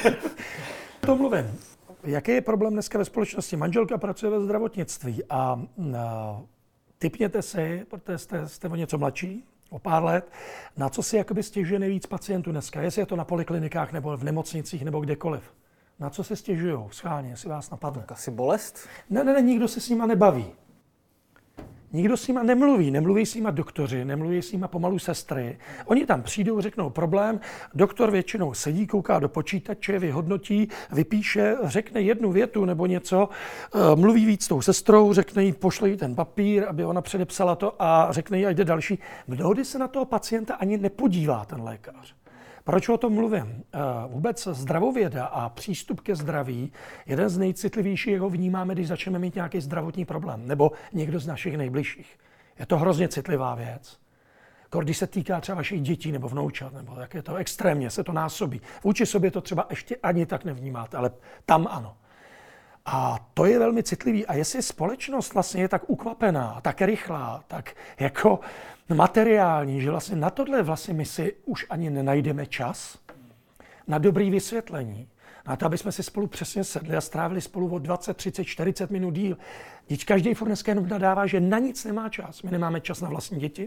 To mluvím. Jaký je problém dneska ve společnosti? Manželka pracuje ve zdravotnictví a, a tipněte si, protože jste, jste o něco mladší, o pár let, na co si jakoby stěžuje nejvíc pacientů dneska, jestli je to na poliklinikách nebo v nemocnicích nebo kdekoliv. Na co se stěžujou? Schválně, jestli vás napadne. Tak asi bolest? Ne, ne, ne, nikdo se s nima nebaví. Nikdo s nima nemluví. Nemluví s nima doktoři, nemluví s nima pomalu sestry. Oni tam přijdou, řeknou problém, doktor většinou sedí, kouká do počítače, vyhodnotí, vypíše, řekne jednu větu nebo něco, mluví víc s tou sestrou, řekne jí, pošle jí ten papír, aby ona předepsala to a řekne jí, ať jde další. Mnohdy se na toho pacienta ani nepodívá ten lékař. Proč o tom mluvím? Vůbec zdravověda a přístup ke zdraví, jeden z nejcitlivějších ho vnímáme, když začneme mít nějaký zdravotní problém, nebo někdo z našich nejbližších. Je to hrozně citlivá věc. Když se týká třeba vašich dětí nebo vnoučat, nebo jak je to extrémně, se to násobí. Vůči sobě to třeba ještě ani tak nevnímáte, ale tam ano. A to je velmi citlivý. A jestli společnost vlastně je tak ukvapená, tak rychlá, tak jako materiální, že vlastně na tohle vlastně my si už ani nenajdeme čas, na dobrý vysvětlení, na to, aby jsme si spolu přesně sedli a strávili spolu o dvacet, třicet, čtyřicet minut díl. Teď každý furt dneska jenom nadává, že na nic nemá čas. My nemáme čas na vlastní děti,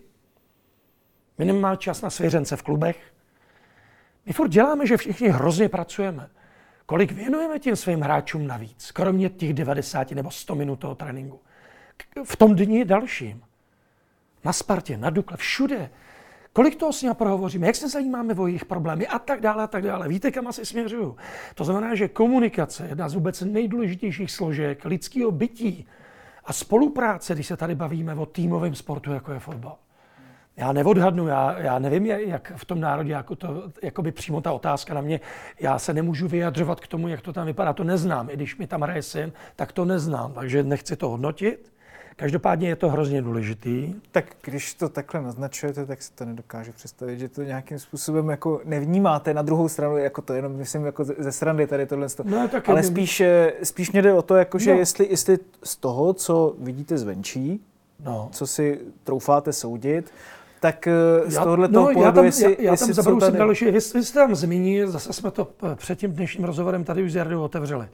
my nemáme čas na svěřence v klubech. My furt děláme, že všichni hrozně pracujeme. Kolik věnujeme těm svým hráčům navíc, kromě těch devadesát nebo sto minut toho tréninku. V tom dni dalším. Na Spartě, na Dukle, všude. Kolik toho s nimi prohovoříme, jak se zajímáme o jejich problémy a tak dále a tak dále. Víte, kam asi směřuju? To znamená, že komunikace je jedna z vůbec nejdůležitějších složek lidského bytí a spolupráce, když se tady bavíme o týmovém sportu, jako je fotbal. Já neodhadnu, já, já nevím, jak v tom národě, jako to, jakoby přímo ta otázka na mě, já se nemůžu vyjadřovat k tomu, jak to tam vypadá, to neznám. I když mi tam hraje syn, tak to neznám, takže nechci to hodnotit. Každopádně je to hrozně důležitý. Tak když to takhle naznačujete, tak si to nedokážu představit, že to nějakým způsobem jako nevnímáte. Na druhou stranu, jako to jenom myslím jako ze srandy tady tohle. No, ale je... spíš, spíš mě jde o to, jako, že no. jestli, jestli z toho, co vidíte zvenčí, no. co si troufáte soudit, tak z tohohle toho no, pohledu, já tam, jestli... Já, já tam zaberu tady... si další, vy jste tam zmínili, zase jsme to před tím dnešním rozhovorem tady už s Jardou otevřeli.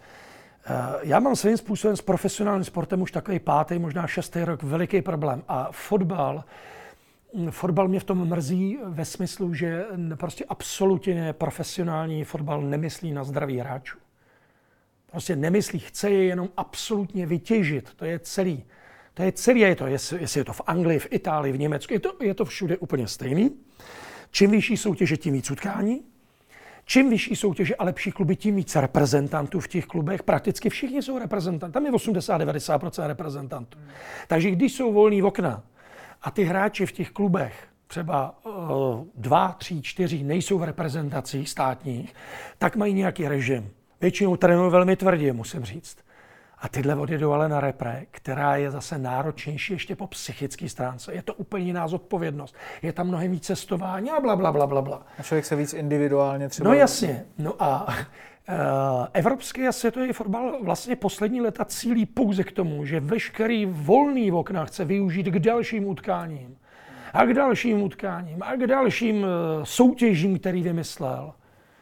Já mám svým způsobem s profesionálním sportem už takový pátý, možná šestý rok veliký problém. A fotbal, fotbal mě v tom mrzí ve smyslu, že prostě absolutně profesionální fotbal nemyslí na zdraví hráčů. Prostě nemyslí, chce je jenom absolutně vytěžit. To je celý. To je celý, je to, jestli, jestli je to v Anglii, v Itálii, v Německu, je to, je to všude úplně stejný. Čím vyšší soutěže, tím víc utkání. Čím vyšší soutěže a lepší kluby, tím víc reprezentantů v těch klubech. Prakticky všichni jsou reprezentanti. Tam je osmdesát až devadesát procent reprezentantů. Hmm. Takže když jsou volný okna a ty hráči v těch klubech třeba uh, dva, tři, čtyři nejsou v reprezentacích státních, tak mají nějaký režim. Většinou trénují velmi tvrdě, musím říct. A tyhle odjedou ale na repre, která je zase náročnější ještě po psychické stránce. Je to úplně jiná zodpovědnost. Je tam mnohem víc cestování a bla, bla, bla, bla, bla. A člověk se víc individuálně třeba... No jasně. No a uh, evropský a světový fotbal vlastně poslední léta cílí pouze k tomu, že veškerý volný okna chce využít k dalším utkáním. A k dalším utkáním. A k dalším uh, soutěžím, který vymyslel.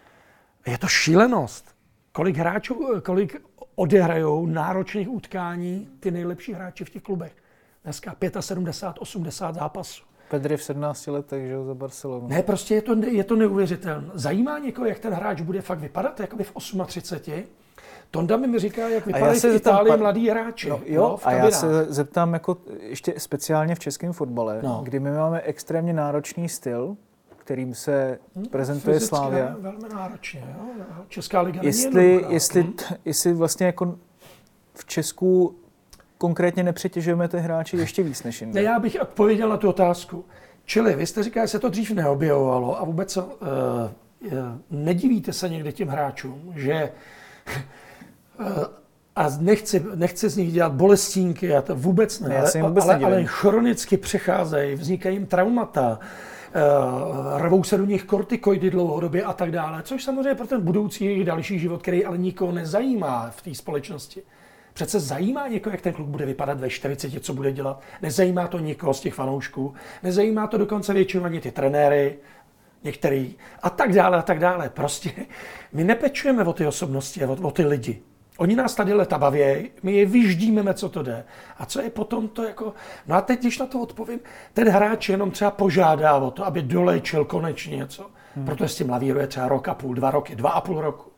Je to šílenost. Kolik hráčů, kolik odehrajou náročných utkání ty nejlepší hráči v těch klubech. Dneska sedmdesát pět, osmdesát zápasů. Pedri v sedmnácti letech, že jo, za Barcelonu. Ne, prostě je to, je to neuvěřitelné. Zajímá někoho, jak ten hráč bude fakt vypadat, jakoby v třiceti osmi. Tonda mi říká, jak vypadají v Itálii pan... mladí hráči. No, jo, no, a já se zeptám jako ještě speciálně v českém fotbale, no. kdy my máme extrémně náročný styl, kterým se prezentuje Fyzicky Slavia. Velmi náročně, jo. Česká liga jestli, není jestli, t, jestli vlastně jako v Česku konkrétně nepřetěžujeme ty hráči ještě víc než jinde. Ne, já bych odpověděl na tu otázku. Čili vy jste říkali, že se to dřív neobjevovalo a vůbec uh, uh, nedivíte se někdy těm hráčům, že uh, a nechci, nechci z nich dělat bolestínky, já to vůbec ne, ne ale, vůbec ale, ale chronicky přecházejí, vznikají jim traumata, Uh, rvou se do nich kortikoidy dlouhodobě a tak dále, což samozřejmě pro ten budoucí jejich další život, který ale nikoho nezajímá v té společnosti. Přece zajímá někoho, jak ten kluk bude vypadat ve čtyřiceti, co bude dělat. Nezajímá to nikoho z těch fanoušků, nezajímá to dokonce většinou ani ty trenéry, některý a tak dále a tak dále. Prostě my nepečujeme o ty osobnosti a o, o ty lidi. Oni nás tady leta baví, my je vyždíme, co to jde. A co je potom to jako... No a teď, když na to odpovím, ten hráč jenom třeba požádá o to, aby dolečil konečně něco. Hmm. Protože s tím lavíruje třeba rok a půl, dva roky, dva a půl roku.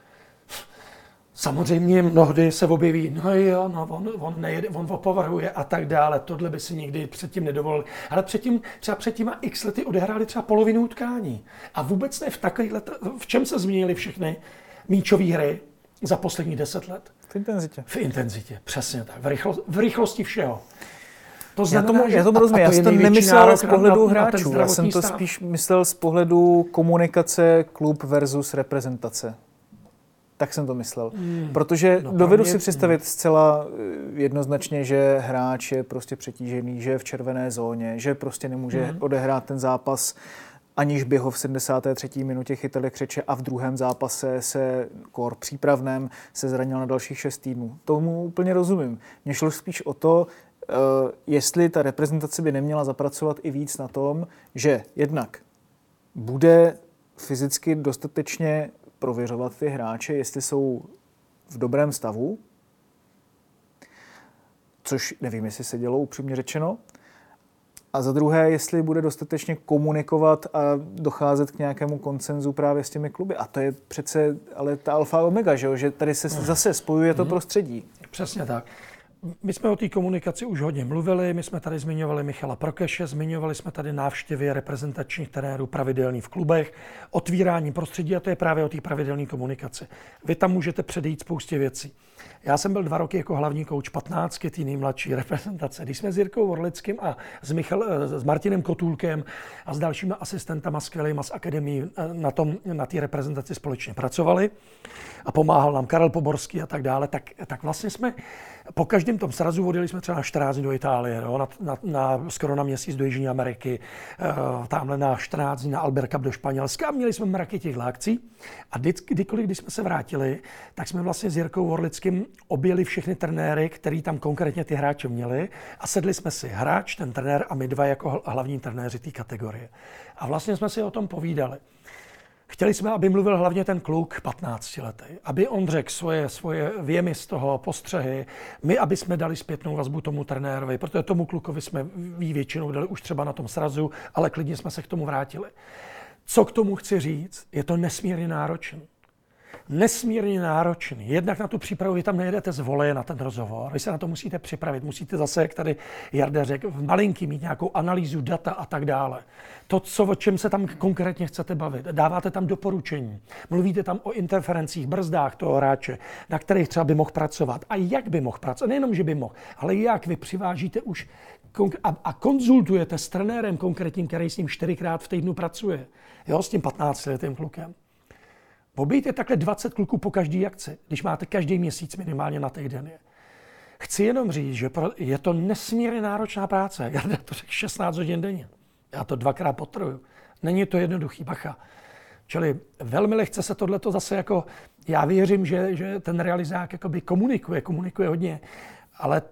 Samozřejmě mnohdy se objeví, no jo, no on, on, nejede, on opovrhuje a tak dále. Tohle by si nikdy předtím nedovolili. Ale předtím, třeba před těma x lety odehráli třeba polovinu utkání. A vůbec ne v takových letech, v čem se změnily všechny míčové hry za posledních deset let? V intenzitě. V intenzitě, přesně tak. V, rychlo, v rychlosti všeho. To znamená, já tomu, já tomu rozumím, já jsem to nemyslel z pohledu na, hráčů, na já jsem to stav. Spíš myslel z pohledu komunikace klub versus reprezentace. Tak jsem to myslel. Hmm. Protože no, dovedu mě, si představit hmm. zcela jednoznačně, že hráč je prostě přetížený, že je v červené zóně, že prostě nemůže hmm. odehrát ten zápas, aniž by ho v sedmdesáté třetí minutě chytali křeče a v druhém zápase se kor přípravném se zranil na dalších šest týdnů. Tomu úplně rozumím. Mně šlo spíš o to, uh, jestli ta reprezentace by neměla zapracovat i víc na tom, že jednak bude fyzicky dostatečně prověřovat ty hráče, jestli jsou v dobrém stavu, což nevím, jestli se dělo upřímně řečeno. A za druhé, jestli bude dostatečně komunikovat a docházet k nějakému konsenzu právě s těmi kluby. A to je přece ale ta alfa omega, že, jo? Že tady se zase spojuje to prostředí. Přesně tak. My jsme o té komunikaci už hodně mluvili, my jsme tady zmiňovali Michala Prokeše, zmiňovali jsme tady návštěvy reprezentačních trenérů pravidelný v klubech, otvírání prostředí a to je právě o té pravidelné komunikaci. Vy tam můžete předejít spoustě věcí. Já jsem byl dva roky jako hlavní kouč patnáctky té nejmladší reprezentace. Když jsme s Jirkou Orlickým a s, Michal, s Martinem Kotůlkem a s dalšíma asistentama skvělýma z akademií na tom, na té reprezentaci společně pracovali a pomáhal nám Karel Poborský a tak dále, tak, tak vlastně jsme po každém tom srazu odjeli jsme třeba na čtrnáct dní do Itálie, no, na, na, na, skoro na měsíc do Jižní Ameriky, uh, tamhle na čtrnáct dní na Albert Cup do Španělska a měli jsme mraky těch akcí. A kdy, kdykoliv, když jsme se vrátili, tak jsme vlastně s Jirkou Orlickým objeli všechny trenéry, který tam konkrétně ty hráče měli a sedli jsme si hráč, ten trenér a my dva jako hlavní trenéři té kategorie. A vlastně jsme si o tom povídali. Chtěli jsme, aby mluvil hlavně ten kluk patnáctiletý, aby on řekl svoje, svoje věmy z toho, postřehy, my, aby jsme dali zpětnou vazbu tomu trenérovi, protože tomu klukovi jsme většinou dali už třeba na tom srazu, ale klidně jsme se k tomu vrátili. Co k tomu chci říct, je to nesmírně náročný. Nesmírně náročný. Jednak na tu přípravu, vy tam nejedete z voleje na ten rozhovor, vy se na to musíte připravit, musíte zase, jak tady Jarda řekl, v malinký mít nějakou analýzu, data a tak dále. To, co, o čem se tam konkrétně chcete bavit, dáváte tam doporučení, mluvíte tam o interferencích, brzdách toho hráče, na kterých třeba by mohl pracovat a jak by mohl pracovat, nejenom, že by mohl, ale jak vy přivážíte už a, a konzultujete s trenérem konkrétním, který s ním čtyřikrát v týdnu pracuje, jo, s tím patnáctiletým klukem. Obejte takhle dvacet kluků po každý akci, když máte každý měsíc minimálně na týden. Chci jenom říct, že je to nesmírně náročná práce. Já to řekl šestnáct hodin denně. Já to dvakrát podtrhuju. Není to jednoduchý, bacha. Čili velmi lehce se tohleto zase jako, já věřím, že, že ten realizák jakoby komunikuje, komunikuje hodně, ale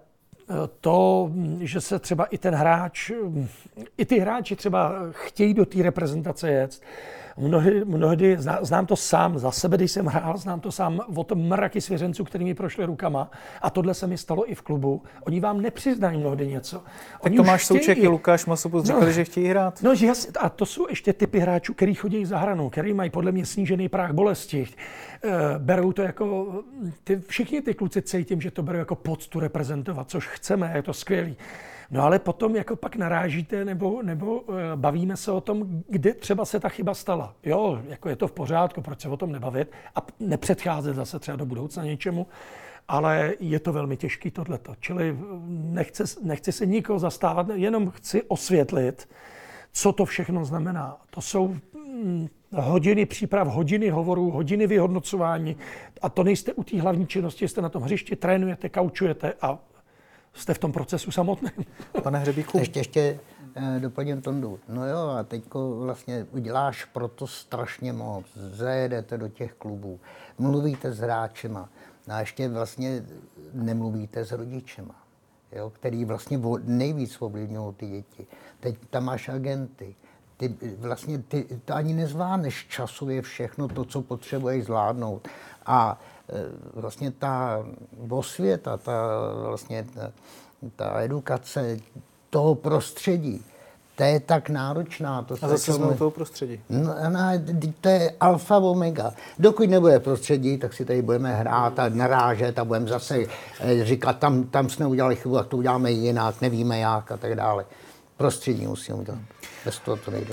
to, že se třeba i ten hráč, i ty hráči třeba chtějí do té reprezentace jet. Mnohdy, mnohdy, znám to sám za sebe, když jsem hrál, znám to sám od mraky svěřenců, který mi prošli rukama. A tohle se mi stalo i v klubu. Oni vám nepřiznají mnohdy něco. Tak Oni Tomáš Souček i Lukáš Masopust říkali, no, že chtějí hrát. No, jasně, a to jsou ještě typy hráčů, který chodí za hranou, který mají podle mě snížený práh bolesti. E, berou to jako, ty, všichni ty kluci cítím, že to berou jako poctu reprezentovat, což chceme, je to skvělý. No ale potom jako pak narážíte nebo, nebo uh, bavíme se o tom, kde třeba se ta chyba stala. Jo, jako je to v pořádku, proč se o tom nebavit a nepředcházet zase třeba do budoucna něčemu, ale je to velmi těžký tohleto. Čili nechci, nechci se nikoho zastávat, jenom chci osvětlit, co to všechno znamená. To jsou hm, hodiny příprav, hodiny hovorů, hodiny vyhodnocování a to nejste u té hlavní činnosti, jste na tom hřišti, trénujete, kaučujete a jste v tom procesu samotném. Pane Hřebíku. Ještě, ještě eh, doplním Tondu. No jo, a teďko vlastně uděláš proto strašně moc. Zajedete do těch klubů, mluvíte s hráčema a ještě vlastně nemluvíte s rodičema, jo, který vlastně nejvíc ovlivňují ty děti. Teď tam máš agenty. Ty vlastně ty, to ani nezvládneš časově všechno to, co potřebuješ zvládnout. A vlastně ta osvěta, ta, vlastně ta, ta edukace toho prostředí, to je tak náročná. To a zase jsme u toho prostředí. No, no, to je alfa omega. Dokud nebude prostředí, tak si tady budeme hrát a narážet a budeme zase říkat, tam, tam jsme udělali chybu, tak to uděláme jinak, nevíme jak a tak dále. Prostředí musíme udělat. Bez toho to nejde.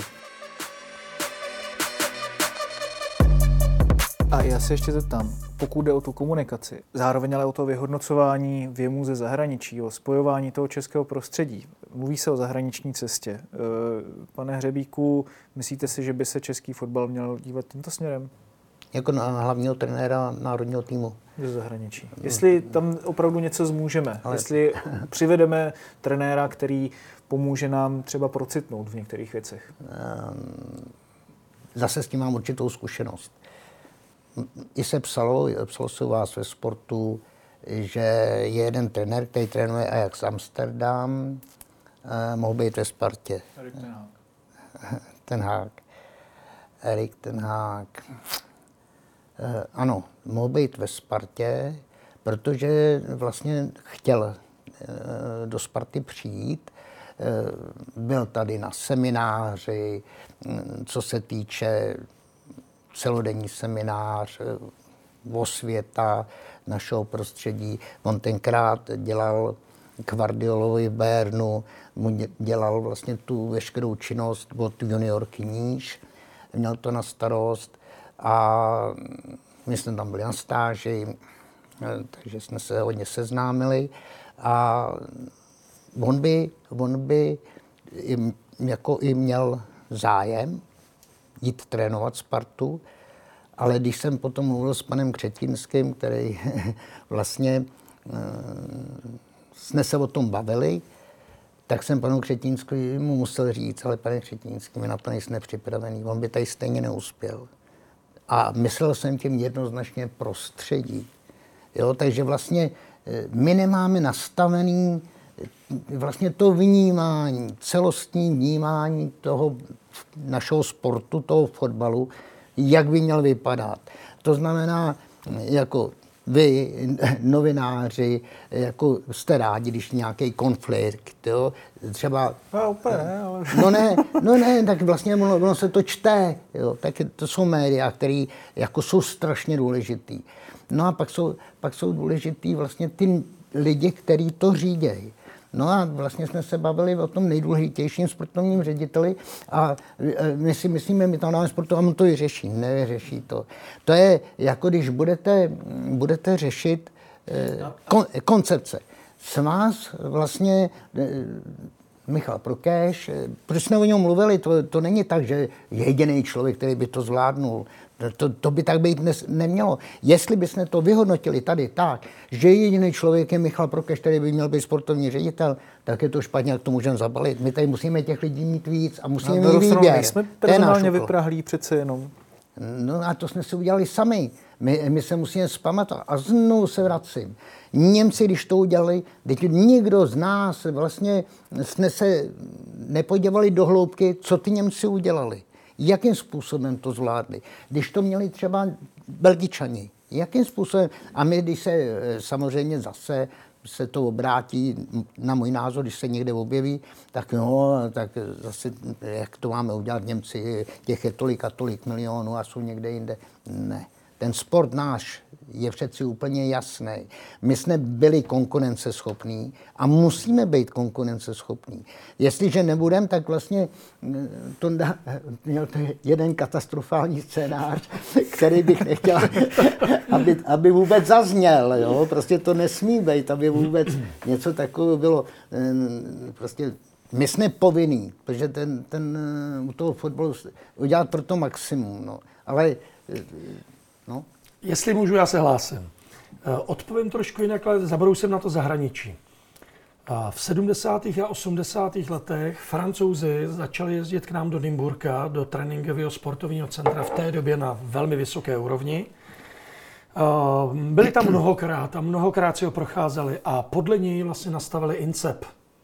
A já se ještě zeptám, pokud jde o tu komunikaci, zároveň ale o to vyhodnocování věmů ze zahraničí, o spojování toho českého prostředí. Mluví se o zahraniční cestě. Pane Hřebíku, myslíte si, že by se český fotbal měl dívat tímto směrem? Jako na hlavního trenéra národního týmu. Ze zahraničí. Jestli tam opravdu něco zmůžeme, ale... jestli přivedeme trenéra, který pomůže nám třeba procitnout v některých věcech. Zase s tím mám určitou zkušenost. I se psalo, psalo se u vás ve Sportu, že je jeden trenér, který trénuje Ajax Amsterdam, mohl být ve Spartě. Erik ten Hag. Ten Hag. Erik ten Hag. Ano, mohl být ve Spartě, protože vlastně chtěl do Sparty přijít. Byl tady na semináři, co se týče celodenní seminář, osvěta našeho prostředí. On tenkrát dělal Guardiolovi v Bayernu, mu dělal vlastně tu veškerou činnost od juniorky níž, měl to na starost a my jsme tam byli na stáži, takže jsme se hodně seznámili a on by, on by i, jako i měl zájem jít trénovat Spartu, ale když jsem potom mluvil s panem Křetínským, který vlastně jsme se o tom bavili, tak jsem panu Křetínskému musel říct, ale pane Křetínský, my na to nejsme připravený, on by tady stejně neuspěl. A myslel jsem tím jednoznačně prostředí. Jo, takže vlastně my nemáme nastavený vlastně to vnímání, celostní vnímání toho našeho sportu, toho fotbalu, jak by měl vypadat. To znamená, jako vy, novináři, jako jste rádi, když nějaký konflikt, jo, třeba... No, úplně, ale... No ne, no ne, tak vlastně ono, ono se to čte, jo, tak to jsou média, které jako jsou strašně důležitý. No a pak jsou, pak jsou důležitý vlastně ty lidi, kteří to řídějí. No a vlastně jsme se bavili o tom nejdůležitějším sportovním řediteli a my si myslíme, my tam dáme sportu a on to vyřeší. Nevyřeší to. To je jako když budete, budete řešit eh, kon, koncepce. S vás vlastně eh, Michal Prokeš, eh, proč jsme o něm mluvili, to, to není tak, že jediný člověk, který by to zvládnul. To, to by tak být nes, nemělo. Jestli bychom to vyhodnotili tady tak, že jediný člověk je Michal Prokeš, který by měl být sportovní ředitel, tak je to špatně, jak to můžeme zabalit. My tady musíme těch lidí mít víc a musíme no, mít výběr. Nejsme personálně vyprahlí přece jenom. No a to jsme si udělali sami. My, my se musíme zpamatovat. A znovu se vracím. Němci, když to udělali, teď nikdo z nás vlastně jsme se nepodívali do hloubky, co ty Němci udělali. Jakým způsobem to zvládli? Když to měli třeba Belgičani, jakým způsobem? A my, když se samozřejmě zase se to obrátí na můj názor, když se někde objeví, tak no, tak zase, jak to máme udělat Němci, těch je tolik a tolik milionů a jsou někde jinde. Ne. Ten sport náš je přeci úplně jasný. My jsme byli konkurenceschopní a musíme být konkurenceschopní. Jestliže nebudeme, tak vlastně to měl to jeden katastrofální scénář, který bych nechtěl, aby, aby vůbec zazněl. Jo? Prostě to nesmí být, aby vůbec něco takového bylo. Prostě my jsme povinní, protože ten, ten u toho fotbalu udělat pro to maximum. No. Ale no. Jestli můžu, já se hlásím. Odpovím trošku jinak, ale zabrousím na to zahraničí. V sedmdesátých a osmdesátých letech Francouzi začali jezdit k nám do Nymburka, do tréninkového sportovního centra, v té době na velmi vysoké úrovni. Byli tam mnohokrát a mnohokrát si ho procházeli a podle něj vlastně nastavili INSEP.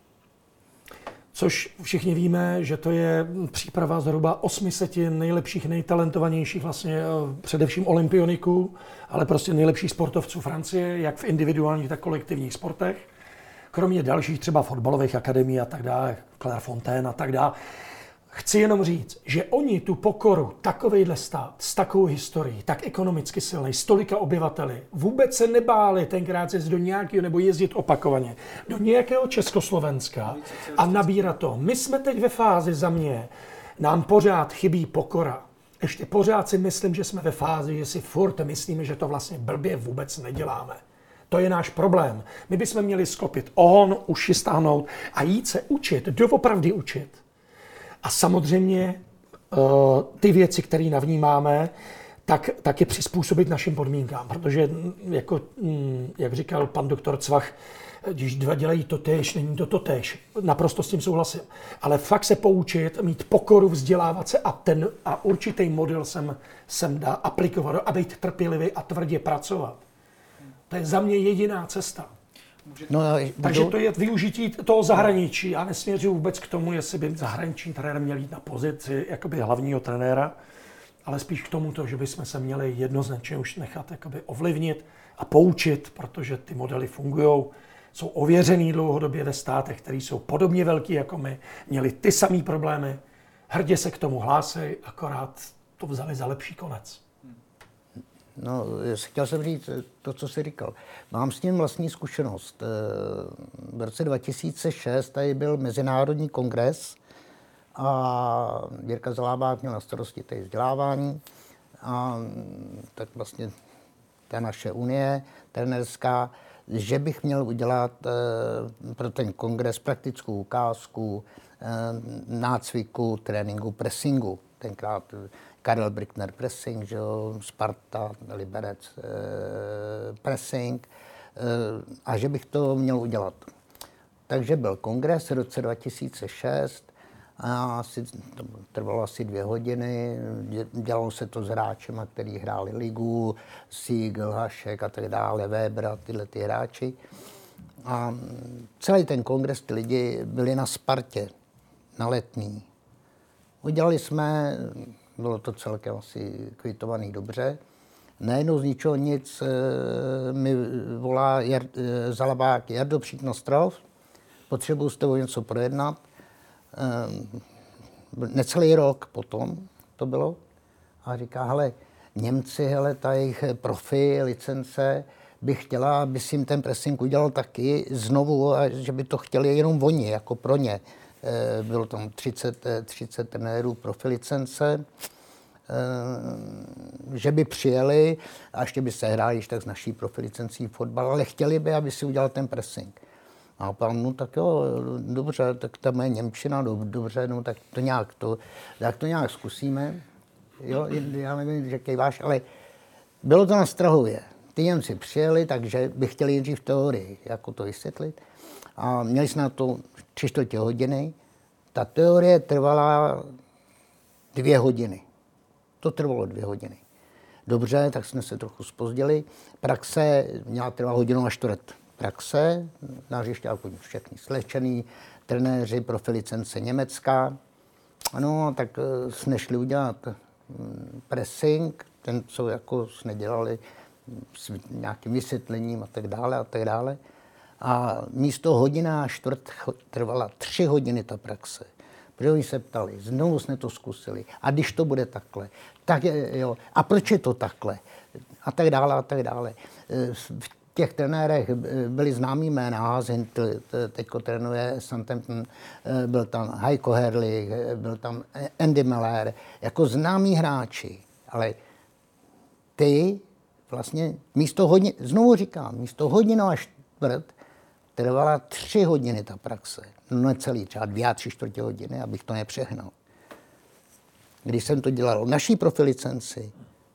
Což všichni víme, že to je příprava zhruba osmi set nejlepších, nejtalentovanějších vlastně především olympioniků, ale prostě nejlepších sportovců Francie, jak v individuálních, tak kolektivních sportech. Kromě dalších třeba fotbalových akademií a tak dále, Clairefontaine a tak dále. Chci jenom říct, že oni tu pokoru, takovejhle stát, s takovou historií, tak ekonomicky silný, s tolika obyvateli, vůbec se nebáli tenkrát jít do nějakého, nebo jezdit opakovaně, do nějakého Československa a nabírat to. My jsme teď ve fázi za mě, nám pořád chybí pokora. Ještě pořád si myslím, že jsme ve fázi, že si furt myslíme, že to vlastně blbě vůbec neděláme. To je náš problém. My bychom měli sklopit ohon, uši stáhnout a jít se učit, doopravdy učit. A samozřejmě ty věci, které navnímáme, tak, tak je přizpůsobit našim podmínkám. Protože, jako, jak říkal pan doktor Cvach, když dva dělají to též, není to to též. Naprosto s tím souhlasím. Ale fakt se poučit, mít pokoru, vzdělávat se a, ten, a určitý model sem, sem dá aplikovat a být trpělivý a tvrdě pracovat. To je za mě jediná cesta. No, takže to je využití toho zahraničí. Já nesměřuji vůbec k tomu, jestli by zahraniční trenér měl jít na pozici jakoby hlavního trenéra, ale spíš k tomu, že bychom se měli jednoznačně už nechat jakoby ovlivnit a poučit, protože ty modely fungují, jsou ověřený dlouhodobě ve státech, které jsou podobně velký jako my, měli ty samé problémy, hrdě se k tomu hlásí, akorát to vzali za lepší konec. No, chtěl jsem říct to, co jsi říkal. Mám s tím vlastní zkušenost. V roce dva tisíce šest tady byl mezinárodní kongres a Jirka Zalábák měl na starosti tady vzdělávání a tak vlastně ta naše unie trenérská, že bych měl udělat pro ten kongres praktickou ukázku nácviku, tréninku, pressingu. Tenkrát Karel Brickner pressing, že jo, Sparta, Liberec eh, pressing eh, a že bych to měl udělat. Takže byl kongres v roce dva tisíce šest a asi, to trvalo asi dvě hodiny. Dělalo se to s hráčema, kteří hráli ligu, Siegel, Hašek a tak dále, Weber a tyhle ty hráči. A celý ten kongres, ty lidi byli na Spartě, na Letný. Udělali jsme, bylo to celkem asi kvitovaný dobře. Najednou z ničeho nic mi volá Jar, Zalabák, Jardo, přijď na Strov, potřebuji s tebou něco projednat. Necelý rok potom to bylo. A říká, hele, Němci, hele, ta jejich profi, licence, bych chtěla, aby si jim ten pressing udělal taky znovu, a že by to chtěli jenom oni, jako pro ně. Bylo tam třicet, třicet trenérů profi licence, že by přijeli a ještě by se hráli tak s naší profi licencí fotbal, ale chtěli by, aby si udělal ten pressing. A pan, no tak jo, dobře, tak tam je němčina, dobře, no tak to nějak, to, tak to nějak zkusíme. Jo, já nevím, že kejváš, ale bylo to na Strahově. Ty Němci přijeli, takže by chtěli nejdřív v teorii, jako to vysvětlit. A měli jsme na to tři čtvrtě hodiny. Ta teorie trvala dvě hodiny. To trvalo dvě hodiny. Dobře, tak jsme se trochu zpozdili. Praxe měla trvat hodinu a čtvrt. Praxe, na hřišťáku všechny slečený, trenéři, profi licence německá. No, tak jsme šli udělat pressing, ten, co jako jsme dělali s nějakým vysvětlením a tak dále a tak dále. A místo hodina a čtvrt trvala tři hodiny ta praxe. Protože oni se ptali, znovu jsme to zkusili. A když to bude takhle, tak jo. A proč je to takhle? A tak dále, a tak dále. V těch trenérech byli známí jména. Hazen teďko trénuje Southampton, byl tam Heiko Herrlich, byl tam Andy Miller, jako známí hráči. Ale ty vlastně místo hodin, znovu říkám, místo hodinu a čtvrt trvala tři hodiny ta praxe. No necelý, třeba dvě a tři čtvrtě hodiny, abych to nepřehnal. Když jsem to dělal v naší profi licenci,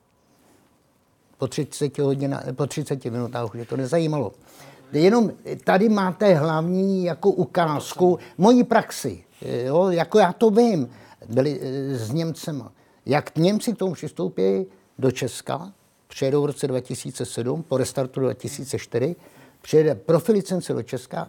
po třiceti, hodina, po třiceti minutách už je to nezajímalo. Jenom tady máte hlavní jako ukázku mojí praxi. Jo, jako já to vím. Byli s Němcema. Jak Němci k tomu přistoupí do Česka, přijedou v roce dva tisíce sedm, po restartu dva tisíce čtyři, přijede profi licence do Česka,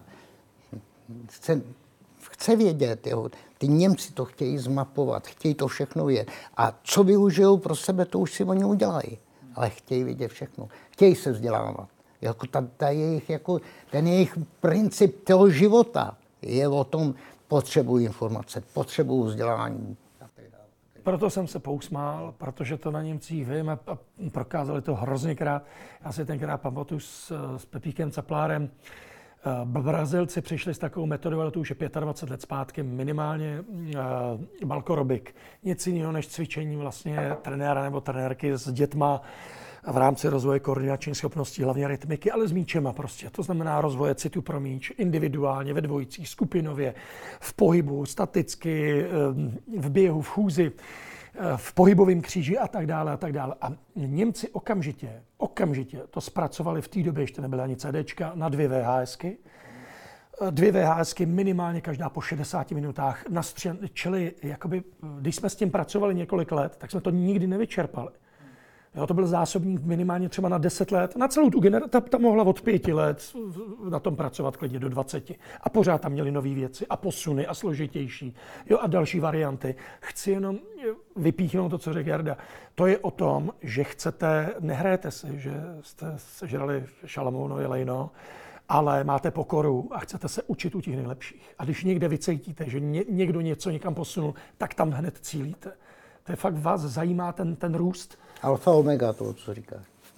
chce, chce vědět, jo. Ty Němci to chtějí zmapovat, chtějí to všechno vědět. A co využijou pro sebe, to už si oni udělají. Ale chtějí vědět všechno. Chtějí se vzdělávat. Jako ta, ta jejich, jako, ten jejich princip toho života je o tom, potřebují informace, potřebují vzdělání. Proto jsem se pousmál, protože to na Němcích vím a, a prokázali to hrozněkrát. Já si tenkrát pamatuju s, s Pepíkem Caplárem. Brazilci přišli s takovou metodou, ale to už je dvacet pět let zpátky, minimálně uh, balkorobik. Nic jiného než cvičení vlastně trenéra nebo trenérky s dětma v rámci rozvoje koordinačních schopností, hlavně rytmiky, ale s míčema prostě. To znamená rozvoje citu pro míč, individuálně, ve dvojicích, skupinově, v pohybu, staticky, v běhu, v chůzi, v pohybovém kříži a tak dále a tak dále. A Němci okamžitě, okamžitě to zpracovali, v té době ještě nebyly ani CDčka, na dvě VHSky. Dvě VHSky minimálně každá po šedesáti minutách nastřel, čili jakoby, když jsme s tím pracovali několik let, tak jsme to nikdy nevyčerpali. Jo, to byl zásobník minimálně třeba na deset let. Na celou tu generaci, ta, ta mohla od pěti let na tom pracovat klidně do dvaceti. A pořád tam měli nové věci a posuny a složitější. Jo, a další varianty. Chci jenom vypíchnout to, co řekl Jarda. To je o tom, že chcete, nehrajete si, že jste sežrali Šalamounovi lejno, ale máte pokoru a chcete se učit u těch nejlepších. A když někde vycítíte, že ně, někdo něco někam posunul, tak tam hned cílíte. To je fakt vás zajímá ten, ten růst. Alfa omega, to, co říkáš.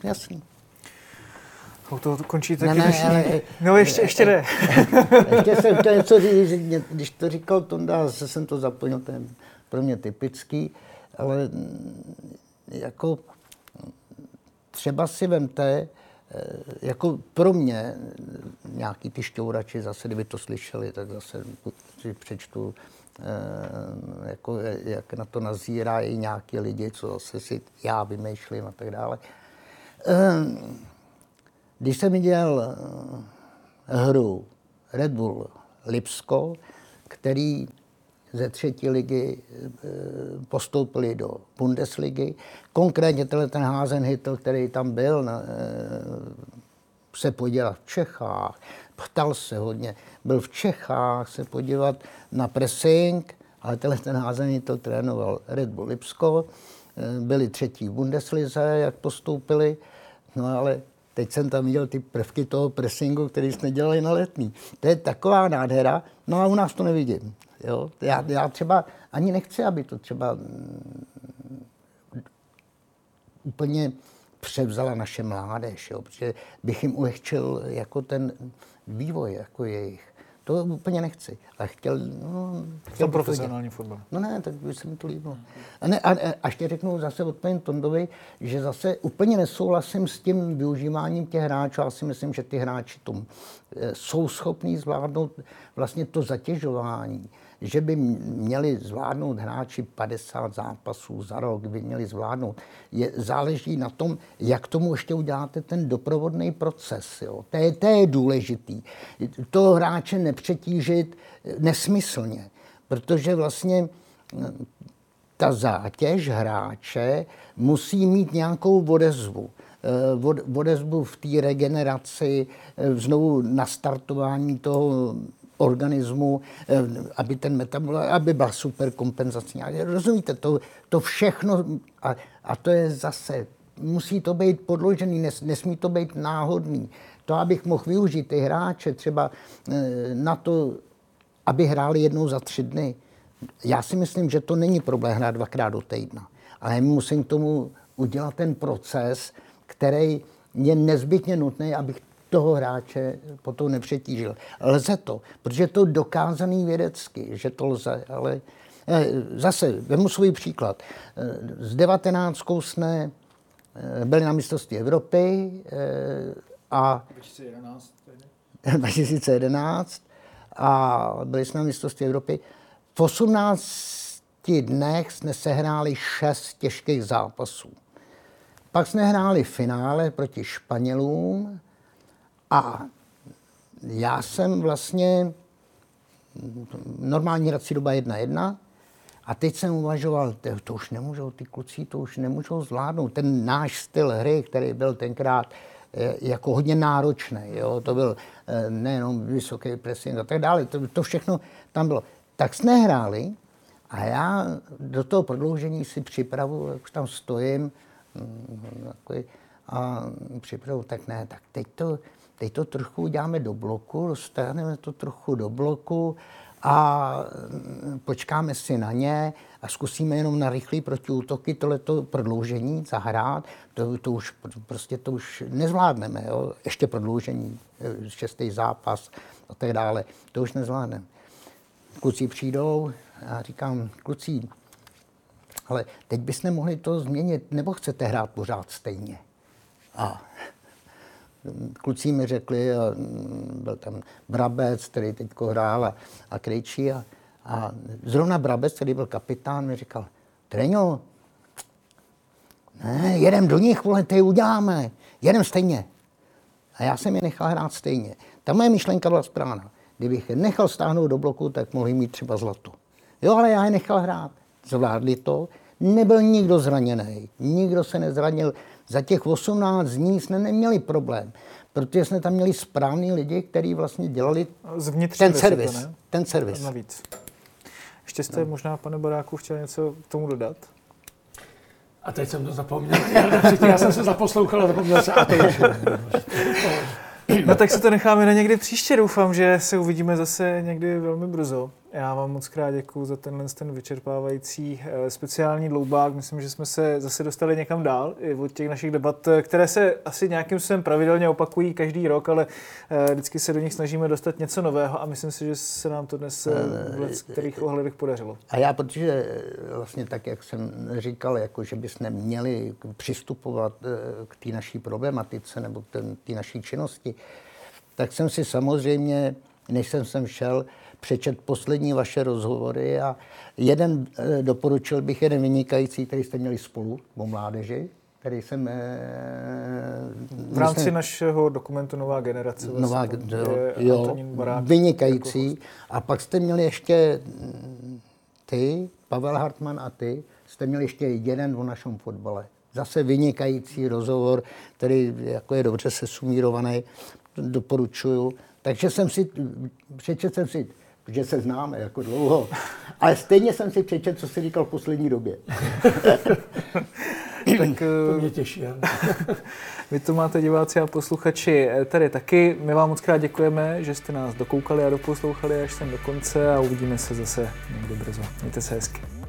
Jasný. O to končí taky ne, ne, dnešní... ale, No ještě, ještě ne. Ještě jsem chtěl něco říct, že když to říkal Tonda, zase jsem to zaplnil, to je pro mě typický, ale jako třeba si vemte, jako pro mě, nějaký ty šťourači, zase kdyby to slyšeli, tak zase si přečtu, jako, jak na to nazírají nějaký lidi, co zase si já vymýšlím a tak dále. Když jsem viděl hru Red Bull Lipsko, který ze třetí ligy postoupili do Bundesligy, konkrétně ten Hasenhüttl, který tam byl, se podíval v Čechách, ptal se hodně, byl v Čechách se podívat na pressing, ale tenhle ten Hasenhüttl trénoval Red Bull Lipsko, byli třetí v Bundeslize, jak postoupili, no ale teď jsem tam viděl ty prvky toho pressingu, který jsme dělali na Letný. To je taková nádhera, no a u nás to nevidím. Jo? Já, já třeba ani nechci, aby to třeba úplně převzala naše mládež, jo? Protože bych jim ulehčil jako ten vývoj jako jejich. To úplně nechci. A chtěl... No, chtěl profesionální fotbal. No ne, tak by se mi to líbilo. A, ne, a, a ještě řeknu zase odpovím Tondovi, že zase úplně nesouhlasím s tím využíváním těch hráčů. Já si myslím, že ty hráči tom jsou schopní zvládnout vlastně to zatěžování. Že by měli zvládnout hráči padesát zápasů za rok, by měli zvládnout. Je, záleží na tom, jak tomu ještě uděláte ten doprovodný proces. Jo. To, je, to je důležitý. Toho hráče nepřetížit nesmyslně, protože vlastně ta zátěž hráče musí mít nějakou odezvu. Odezvu v té regeneraci, znovu nastartování toho organismu, aby ten metabolismus, aby byla super kompenzační. Rozumíte, to, to všechno, a, a to je zase, musí to být podložený, nes, nesmí to být náhodný. To, abych mohl využít ty hráče třeba na to, aby hráli jednou za tři dny. Já si myslím, že to není problém hrát dvakrát do týdna, ale musím k tomu udělat ten proces, který je nezbytně nutný, abych toho hráče potom nepřetížil. Lze to, protože je to dokázaný vědecky, že to lze, ale zase, vemu svůj příklad. S devatenáctkou jsme byli na mistrovství Evropy a dva tisíce jedenáct a byli jsme na mistrovství Evropy. V osmnácti dnech jsme sehráli šest těžkých zápasů. Pak jsme hráli finále proti Španělům a já jsem vlastně normální hrací doba jedna jedna a teď jsem uvažoval, to, to už nemůžou, ty kluci to už nemůžou zvládnout. Ten náš styl hry, který byl tenkrát jako hodně náročný, jo? To byl nejenom vysoký pressing a tak dále, to, to všechno tam bylo. Tak jsme hráli a já do toho prodloužení si připravu, jak už tam stojím a připravu, tak ne, tak teď to, teď to trochu uděláme do bloku, dostaneme to trochu do bloku a počkáme si na ně a zkusíme jenom na rychlý protiútoky tohleto prodloužení zahrát. To, to už prostě to už nezvládneme, jo? Ještě prodloužení, šestý zápas a tak dále, to už nezvládneme. Kluci přijdou a říkám, kluci, ale teď bychom mohli to změnit, nebo chcete hrát pořád stejně? A kluci mi řekli, a byl tam Brabec, který teď hrál a, a Krejčí a, a zrovna Brabec, který byl kapitán, mi říkal, Treňo, ne, jedem do nich, vole, ty uděláme, jedem stejně. A já jsem je nechal hrát stejně. Ta moje myšlenka byla správná. Kdybych je nechal stáhnout do bloku, tak mohli mít třeba zlato. Jo, ale já je nechal hrát. Zvládli to. Nebyl nikdo zraněný. Nikdo se nezranil. Za těch osmnáct dní jsme neměli problém. Protože jsme tam měli správný lidi, kteří vlastně dělali ten servis. To, ten servis. Navíc. Ještě jste no. možná, pane Boráku, chtěl něco k tomu dodat? A teď jsem to zapomněl. Já jsem se zaposlouchal a zapomněl se. A to No tak se to necháme na někdy příště. Doufám, že se uvidíme zase někdy velmi brzo. Já vám moc krát děkuju za tenhle ten vyčerpávající speciální dloubák. Myslím, že jsme se zase dostali někam dál i od těch našich debat, které se asi nějakým způsobem pravidelně opakují každý rok, ale vždycky se do nich snažíme dostat něco nového a myslím si, že se nám to dnes v kterých ohledech podařilo. A já, protože vlastně tak, jak jsem říkal, jako, že bychom měli přistupovat k té naší problematice nebo k té naší činnosti, tak jsem si samozřejmě, než jsem sem šel, přečet poslední vaše rozhovory a jeden, doporučil bych jeden vynikající, který jste měli spolu o mládeži, který jsem... V rámci myslím, našeho dokumentu Nová generace. Nová generace, jo, vynikající. Jako a pak jste měli ještě ty, Pavel Hartmann a ty, jste měli ještě jeden o našem fotbale. Zase vynikající rozhovor, který jako je dobře sesumírovaný, doporučuju. Takže jsem si, přečet jsem si, že se známe jako dlouho, ale stejně jsem si přečet, co jsi říkal v poslední době. Tak to mě těší. Vy to máte, diváci a posluchači, tady taky. My vám moc krát děkujeme, že jste nás dokoukali a doposlouchali až sem do konce a uvidíme se zase někdy brzo. Mějte se hezky.